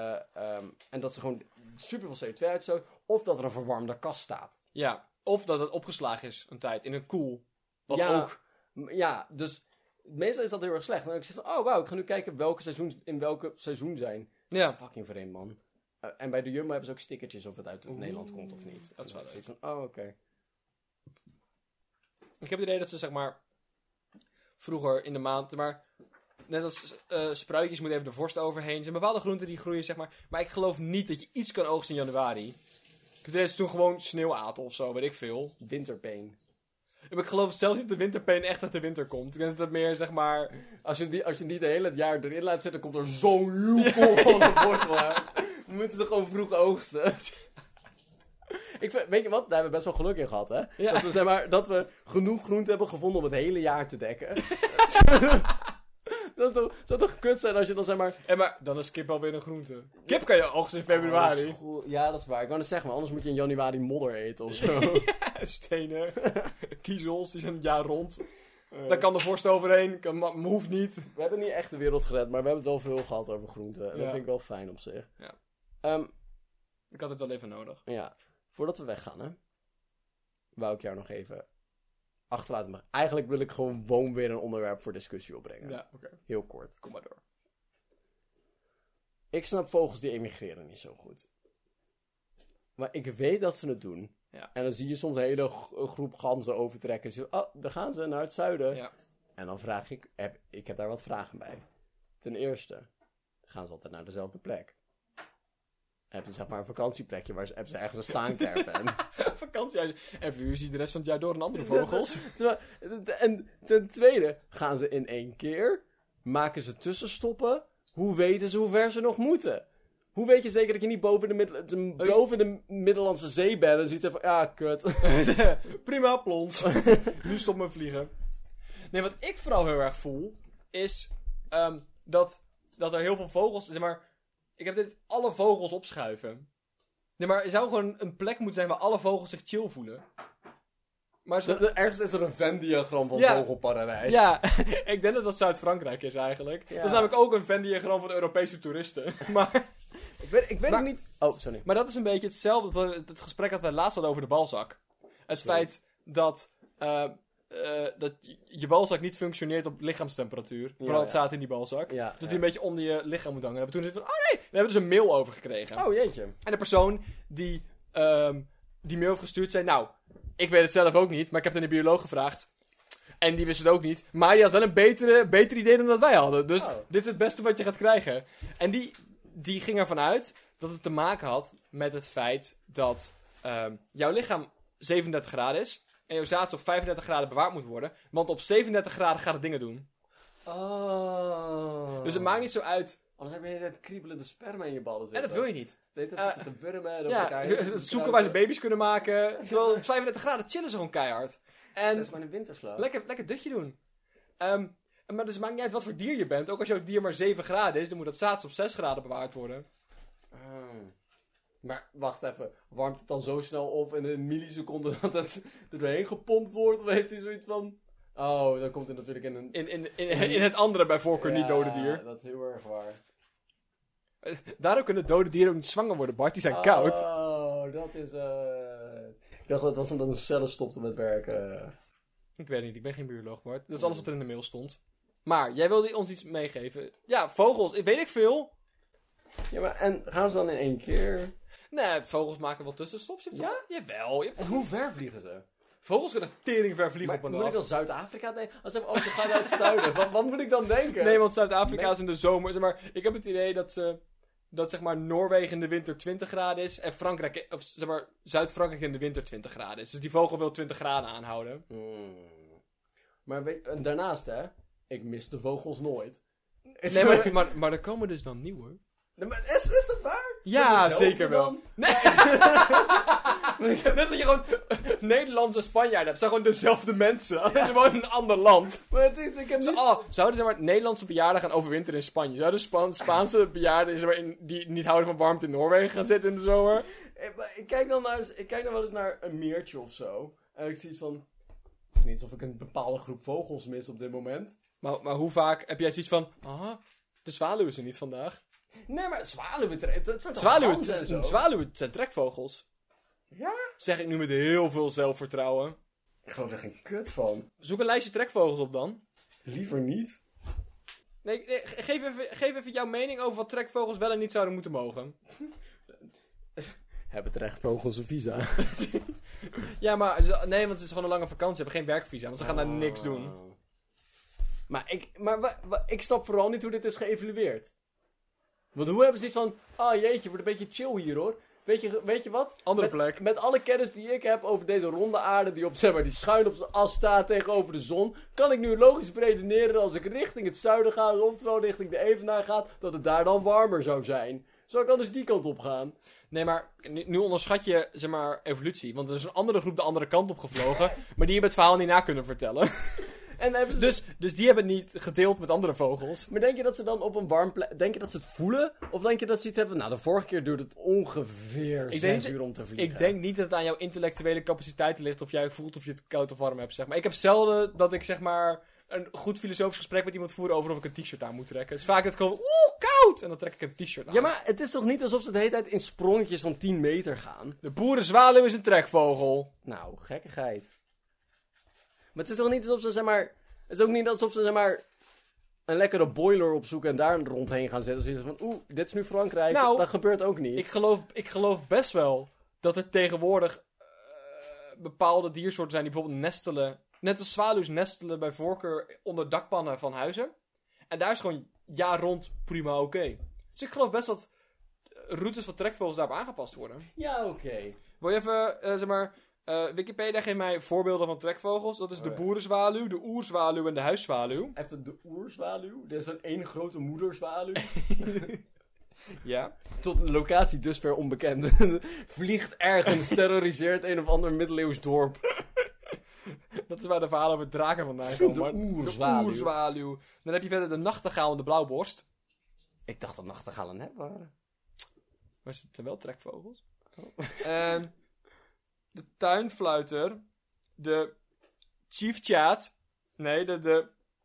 Speaker 2: dat ze gewoon super veel CO2 uitstoot. Of dat er een verwarmde kast staat.
Speaker 1: Ja, of dat het opgeslagen is een tijd in een koel. Wat
Speaker 2: Ja,
Speaker 1: ook...
Speaker 2: Ja, dus meestal is dat heel erg slecht. En dan heb ik zeg van, oh wauw, ik ga nu kijken in welke seizoen zijn.
Speaker 1: Ja.
Speaker 2: Dat is fucking vreemd, man. En bij de Jumbo hebben ze ook stickertjes of het uit Nederland komt of niet.
Speaker 1: Dat is wel leuk.
Speaker 2: Van, oh, oké.
Speaker 1: Ik heb het idee dat ze, zeg maar, vroeger in de maand, maar net als spruitjes moet even de vorst overheen. Er zijn bepaalde groenten die groeien, zeg maar ik geloof niet dat je iets kan oogsten in januari. Ik heb het idee dat ze toen gewoon sneeuw aten of zo, weet ik veel.
Speaker 2: Winterpeen.
Speaker 1: Maar ik geloof zelfs niet dat de winterpeen echt uit de winter komt. Ik denk dat het meer, zeg maar...
Speaker 2: Als je niet de hele jaar erin laat zitten, komt er zo'n joekel van de wortel uit. Dan moeten ze gewoon vroeg oogsten. Weet je wat? Daar hebben we best wel geluk in gehad, hè?
Speaker 1: Ja.
Speaker 2: Dat we, zeg maar, dat we genoeg groente hebben gevonden om het hele jaar te dekken. Dat zou toch kut zijn als je dan, zeg maar...
Speaker 1: Maar dan is kip alweer een groente. Kip kan je oogsten in februari.
Speaker 2: Ja, dat is waar. Ik wou net zeggen, maar anders moet je in januari modder eten of zo.
Speaker 1: Stenen, kiezels, die zijn het jaar rond. Daar kan de vorst overheen, hoeft niet.
Speaker 2: We hebben niet echt de wereld gered, maar we hebben het wel veel gehad over groenten. En dat
Speaker 1: Ja.
Speaker 2: vind ik wel fijn op zich.
Speaker 1: Ja. Ik had het wel even nodig.
Speaker 2: Ja, voordat we weggaan, hè, wou ik jou nog even achterlaten. Maar eigenlijk wil ik gewoon weer een onderwerp voor discussie opbrengen.
Speaker 1: Ja, oké.
Speaker 2: Heel kort.
Speaker 1: Kom maar door.
Speaker 2: Ik snap vogels die emigreren niet zo goed. Maar ik weet dat ze het doen.
Speaker 1: Ja.
Speaker 2: En dan zie je soms een hele groep ganzen overtrekken. Zo, daar gaan ze naar het zuiden.
Speaker 1: Ja.
Speaker 2: En dan vraag ik heb daar wat vragen bij. Ten eerste, gaan ze altijd naar dezelfde plek? Hebben ze, zeg maar, een vakantieplekje hebben ze ergens een staancaravan?
Speaker 1: Vakantiehuis. En voor u zie je de rest van het jaar door een andere vogels.
Speaker 2: En ten tweede, gaan ze in één keer? Maken ze tussenstoppen? Hoe weten ze hoe ver ze nog moeten? Hoe weet je zeker dat je niet boven de Middellandse Zee bent en ziet van, ja, kut.
Speaker 1: Prima, plons. Nu stop me vliegen. Nee, wat ik vooral heel erg voel, is dat er heel veel vogels, zeg maar, ik heb dit alle vogels opschuiven. Nee, maar er zou gewoon een plek moeten zijn waar alle vogels zich chill voelen. Maar
Speaker 2: Ergens is er een Venn-diagram van vogelparadijs.
Speaker 1: Ja, ik denk dat dat Zuid-Frankrijk is eigenlijk.
Speaker 2: Ja.
Speaker 1: Dat is namelijk ook een Venn-diagram van de Europese toeristen. Maar
Speaker 2: Ik weet het niet. Oh, sorry.
Speaker 1: Maar dat is een beetje hetzelfde, het gesprek dat we laatst hadden over de balzak. Het feit dat je balzak niet functioneert op lichaamstemperatuur. Vooral het zaad in die balzak.
Speaker 2: Ja,
Speaker 1: dus dat die een beetje onder je lichaam moet hangen. En we toen van, oh nee, we hebben dus een mail over gekregen.
Speaker 2: Oh, jeetje.
Speaker 1: En de persoon die die mail heeft gestuurd zei, nou, ik weet het zelf ook niet, maar ik heb het aan de bioloog gevraagd. En die wist het ook niet. Maar die had wel een beter idee dan dat wij hadden. Dus dit is het beste wat je gaat krijgen. En die ging ervan uit dat het te maken had met het feit dat jouw lichaam 37 graden is. En jouw zaad op 35 graden bewaard moet worden. Want op 37 graden gaat het dingen doen.
Speaker 2: Oh.
Speaker 1: Dus het maakt niet zo uit.
Speaker 2: Anders heb je het kriebelende sperma in je ballen zitten.
Speaker 1: En dat wil je niet.
Speaker 2: Weet dat zitten te wurmen.
Speaker 1: Ja, zoeken waar ze baby's kunnen maken. Terwijl op 35 graden chillen ze gewoon keihard. En
Speaker 2: dat is maar een winterslaap.
Speaker 1: lekker dutje doen. Maar dus het maakt niet uit wat voor dier je bent. Ook als jouw dier maar 7 graden is, dan moet dat zaad op 6 graden bewaard worden. Maar
Speaker 2: wacht even, warmt het dan zo snel op in een milliseconde dat het er doorheen gepompt wordt? Of heeft hij zoiets van... Oh, dan komt het natuurlijk in een...
Speaker 1: In het andere bij voorkeur niet dode dier.
Speaker 2: Ja, dat is heel erg waar.
Speaker 1: Daarom kunnen dode dieren ook niet zwanger worden, Bart. Die zijn koud.
Speaker 2: Oh, dat is het. Ik dacht dat het was omdat een cellen stopte met werken.
Speaker 1: Ik weet niet, ik ben geen bioloog, Bart. Dat is alles wat er in de mail stond. Maar, jij wilde ons iets meegeven. Ja, vogels, weet ik veel.
Speaker 2: Ja, maar en gaan ze dan in één keer?
Speaker 1: Nee, vogels maken wel tussenstops.
Speaker 2: Ja?
Speaker 1: Jawel.
Speaker 2: En hoe ver vliegen ze?
Speaker 1: Vogels kunnen tering ver vliegen op een dag.
Speaker 2: Moet ik dan Zuid-Afrika denken? Als ze gaan uit het zuiden, wat moet ik dan denken?
Speaker 1: Nee, want Zuid-Afrika is in de zomer. Zeg maar, ik heb het idee dat zeg maar Noorwegen in de winter 20 graden is. En Frankrijk, of zeg maar Zuid-Frankrijk in de winter 20 graden is. Dus die vogel wil 20 graden aanhouden.
Speaker 2: Maar daarnaast, hè? Ik mis de vogels nooit.
Speaker 1: Nee, maar er komen dus dan nieuwe.
Speaker 2: Nee, maar is dat waar?
Speaker 1: Ja, zeker wel. Nee. Net dat je gewoon Nederlandse en Spanjaarden hebt. Het zijn gewoon dezelfde mensen. Alleen ze wonen in een ander land.
Speaker 2: Maar het is, ik heb niet...
Speaker 1: Zouden zeg maar Nederlandse bejaarden gaan overwinteren in Spanje? Zouden Spaanse bejaarden zeg maar, die niet houden van warmte in Noorwegen gaan zitten in de zomer?
Speaker 2: Ik kijk dan wel eens naar een meertje of zo. En ik zie van... Het is niet alsof ik een bepaalde groep vogels mis op dit moment.
Speaker 1: Maar hoe vaak heb jij zoiets van... de zwaluw is er niet vandaag.
Speaker 2: Nee, maar zwaluwen
Speaker 1: zijn trekvogels.
Speaker 2: Ja?
Speaker 1: Zeg ik nu met heel veel zelfvertrouwen.
Speaker 2: Ik geloof er geen kut van.
Speaker 1: Zoek een lijstje trekvogels op dan.
Speaker 2: Liever niet.
Speaker 1: Nee, geef even jouw mening over wat trekvogels wel en niet zouden moeten mogen.
Speaker 2: Hebben trekvogels een visa?
Speaker 1: Ja, maar... Nee, want het is gewoon een lange vakantie. Ze hebben geen werkvisa, want ze gaan daar niks doen.
Speaker 2: Maar ik snap vooral niet hoe dit is geëvalueerd. Want hoe hebben ze iets van... jeetje, wordt een beetje chill hier, hoor. Weet je wat?
Speaker 1: Andere plek.
Speaker 2: Met alle kennis die ik heb over deze ronde aarde... die die schuin op zijn as staat tegenover de zon... kan ik nu logisch beredeneren als ik richting het zuiden ga... oftewel richting de Evenaar ga... dat het daar dan warmer zou zijn. Zo kan dus die kant op gaan.
Speaker 1: Nee, maar nu onderschat je, zeg maar, evolutie. Want er is een andere groep de andere kant op gevlogen... maar die hebben het verhaal niet na kunnen vertellen. En hebben ze... Dus die hebben het niet gedeeld met andere vogels.
Speaker 2: Maar denk je dat ze dan op een warm plek... Denk je dat ze het voelen? Of denk je dat ze iets hebben... Nou, de vorige keer duurde het ongeveer 6 uur om te vliegen.
Speaker 1: Ik denk niet dat het aan jouw intellectuele capaciteiten ligt... of jij voelt of je het koud of warm hebt, zeg maar. Ik heb zelden dat ik, zeg maar... een goed filosofisch gesprek met iemand voeren over of ik een t-shirt aan moet trekken. Het is vaak het gewoon... koud! En dan trek ik een t-shirt aan.
Speaker 2: Ja, maar het is toch niet alsof ze de hele tijd in sprongjes van 10 meter gaan?
Speaker 1: De boerenzwaluw is een trekvogel.
Speaker 2: Nou, gekkigheid. Maar het is toch niet alsof ze, zeg maar... Het is ook niet alsof ze, zeg maar... een lekkere boiler opzoeken en daar rondheen gaan zetten. Dus je van, dit is nu Frankrijk. Nou, dat gebeurt ook niet.
Speaker 1: Ik geloof best wel dat er tegenwoordig bepaalde diersoorten zijn die bijvoorbeeld nestelen. Net als zwaluws nestelen bij voorkeur onder dakpannen van huizen. En daar is gewoon jaar rond prima oké. Dus ik geloof best dat routes van trekvogels daarop aangepast worden.
Speaker 2: Ja, oké.
Speaker 1: Wil je even, zeg maar... Wikipedia geeft mij voorbeelden van trekvogels. Dat is de
Speaker 2: ja.
Speaker 1: boerenzwaluw, de oerzwaluw en de huiszwaluw.
Speaker 2: Even de oerzwaluw. Dit is een één grote moederzwaluw.
Speaker 1: Ja.
Speaker 2: Tot een locatie dusver onbekend. Vliegt ergens, terroriseert een of ander middeleeuws dorp.
Speaker 1: Dat is waar de verhalen over draken vandaan komen.
Speaker 2: De
Speaker 1: maar
Speaker 2: oerzwaluw.
Speaker 1: De oerzwaluw. Dan heb je verder de nachtegaal en de blauwborst.
Speaker 2: Ik dacht dat nachtegalen net waren.
Speaker 1: Maar het zijn wel trekvogels. En de tuinfluiter. De chiefchaat. Nee, de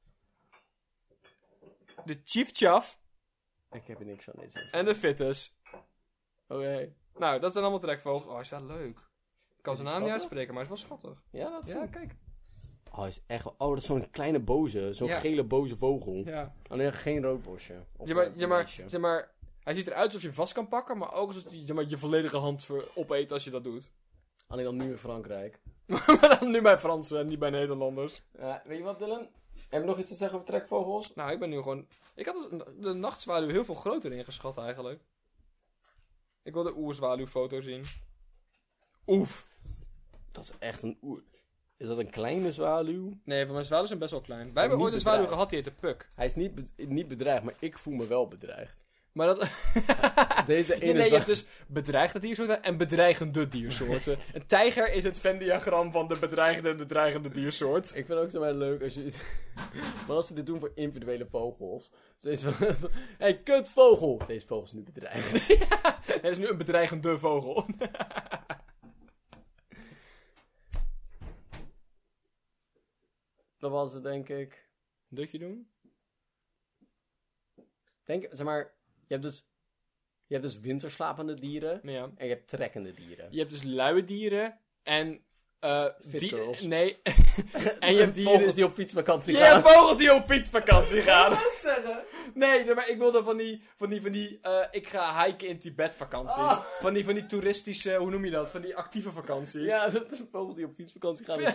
Speaker 1: chiefchaff.
Speaker 2: Ik heb er niks aan deze.
Speaker 1: En de fittus.
Speaker 2: Oké.
Speaker 1: Nou, dat zijn allemaal trekvogels. Oh, hij is wel leuk. Ik kan
Speaker 2: Is
Speaker 1: zijn
Speaker 2: hij
Speaker 1: naam niet
Speaker 2: schattig?
Speaker 1: uitspreken, maar hij is wel schattig.
Speaker 2: Ja, dat is
Speaker 1: Ja, kijk.
Speaker 2: Oh, hij is echt wel... Oh, dat is zo'n kleine boze. Zo'n
Speaker 1: Ja.
Speaker 2: gele boze vogel.
Speaker 1: Ja.
Speaker 2: Alleen geen roodbosje. Of
Speaker 1: Zeg maar, hij ziet eruit alsof je hem vast kan pakken, maar ook alsof hij je volledige hand opeet als je dat doet.
Speaker 2: Alleen dan nu in Frankrijk.
Speaker 1: Maar dan nu bij Fransen en niet bij Nederlanders.
Speaker 2: Weet je wat, Dylan? Heb je nog iets te zeggen over trekvogels?
Speaker 1: Nou, ik ben nu gewoon... Ik had de nachtzwaluw heel veel groter ingeschat eigenlijk. Ik wil de oerzwaluwfoto zien. Oef.
Speaker 2: Dat is echt een oer... Is dat een kleine zwaluw?
Speaker 1: Nee, van mijn zwaluwen zijn best wel klein. Wij hebben
Speaker 2: niet
Speaker 1: ooit een zwaluw
Speaker 2: bedreigd.
Speaker 1: gehad, die heette Puk.
Speaker 2: Hij is niet bedreigd, maar ik voel me wel bedreigd.
Speaker 1: Maar dat...
Speaker 2: Deze ene
Speaker 1: Nee, je
Speaker 2: zwa-
Speaker 1: hebt dus bedreigde diersoorten en bedreigende diersoorten. Een tijger is het Venn-diagram van de bedreigde en de dreigende diersoort.
Speaker 2: Ik vind het ook zo wel leuk als je... Maar als ze dit doen voor individuele vogels. Zo is het van... Hey, kutvogel! Deze vogel is nu bedreigd.
Speaker 1: Het is nu een bedreigende vogel.
Speaker 2: Dat was het, denk ik.
Speaker 1: Dutje doen?
Speaker 2: Zeg maar... Je hebt dus winterslapende dieren.
Speaker 1: Ja.
Speaker 2: En je hebt trekkende dieren.
Speaker 1: Je hebt dus luie dieren en...
Speaker 2: Fit girls.
Speaker 1: Nee. En je hebt
Speaker 2: Vogels
Speaker 1: dieren...
Speaker 2: die op fietsvakantie
Speaker 1: Je
Speaker 2: gaan.
Speaker 1: hebt vogels die op fietsvakantie gaan.
Speaker 2: ook zeggen.
Speaker 1: Nee, maar ik wilde van die ik ga hiken in Tibet vakanties.
Speaker 2: Oh.
Speaker 1: Van die toeristische, hoe noem je dat? Van die actieve vakanties.
Speaker 2: Ja, dat zijn vogels die op fietsvakantie gaan.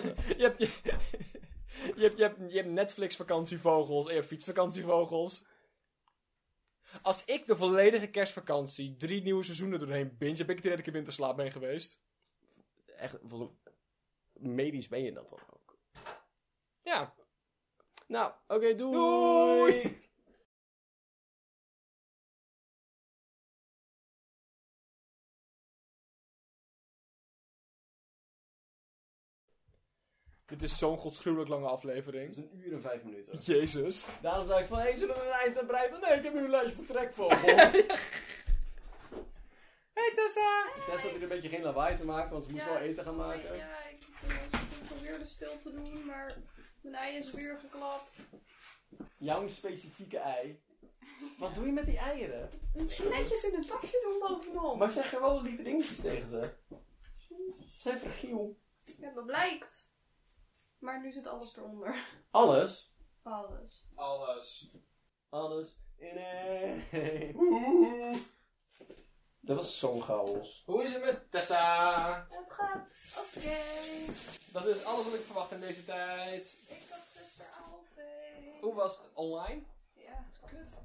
Speaker 1: Je hebt Netflix vakantievogels en je hebt fietsvakantievogels. Als ik de volledige kerstvakantie 3 nieuwe seizoenen doorheen binge, heb ik het idee dat ik in winterslaap ben geweest.
Speaker 2: Echt, medisch ben je dat dan ook.
Speaker 1: Ja.
Speaker 2: Nou, oké, doei!
Speaker 1: Doei! Dit is zo'n godsgruwelijk lange
Speaker 2: Het
Speaker 1: aflevering.
Speaker 2: is 1 uur en 5 minuten.
Speaker 1: Jezus.
Speaker 2: Daarom zei ik van, hey, zullen we een eind aan breiden? Nee, ik heb nu een lijstje voor trekvogels.
Speaker 1: Hey Tessa!
Speaker 2: Tess had hier een beetje geen lawaai te maken, want ze moest wel eten gaan maken.
Speaker 3: Ja, ik probeerde stil te doen, maar mijn ei is weer geklapt.
Speaker 2: Jouw specifieke ei. Wat doe je met die eieren?
Speaker 3: Netjes in een tasje doen bovenop.
Speaker 2: Maar zeg er wel lieve dingetjes tegen ze. Ze zijn fragiel.
Speaker 3: Ja, dat blijkt. Maar nu zit alles eronder.
Speaker 2: Alles?
Speaker 3: Alles.
Speaker 2: Alles in één. Woehoe. Dat was zo'n chaos.
Speaker 1: Hoe is het met Tessa?
Speaker 3: Het gaat oké.
Speaker 1: Dat is alles wat ik verwacht in deze tijd.
Speaker 3: Ik had gisteravond.
Speaker 1: Hoe was het online?
Speaker 3: Ja.
Speaker 1: Dat is kut.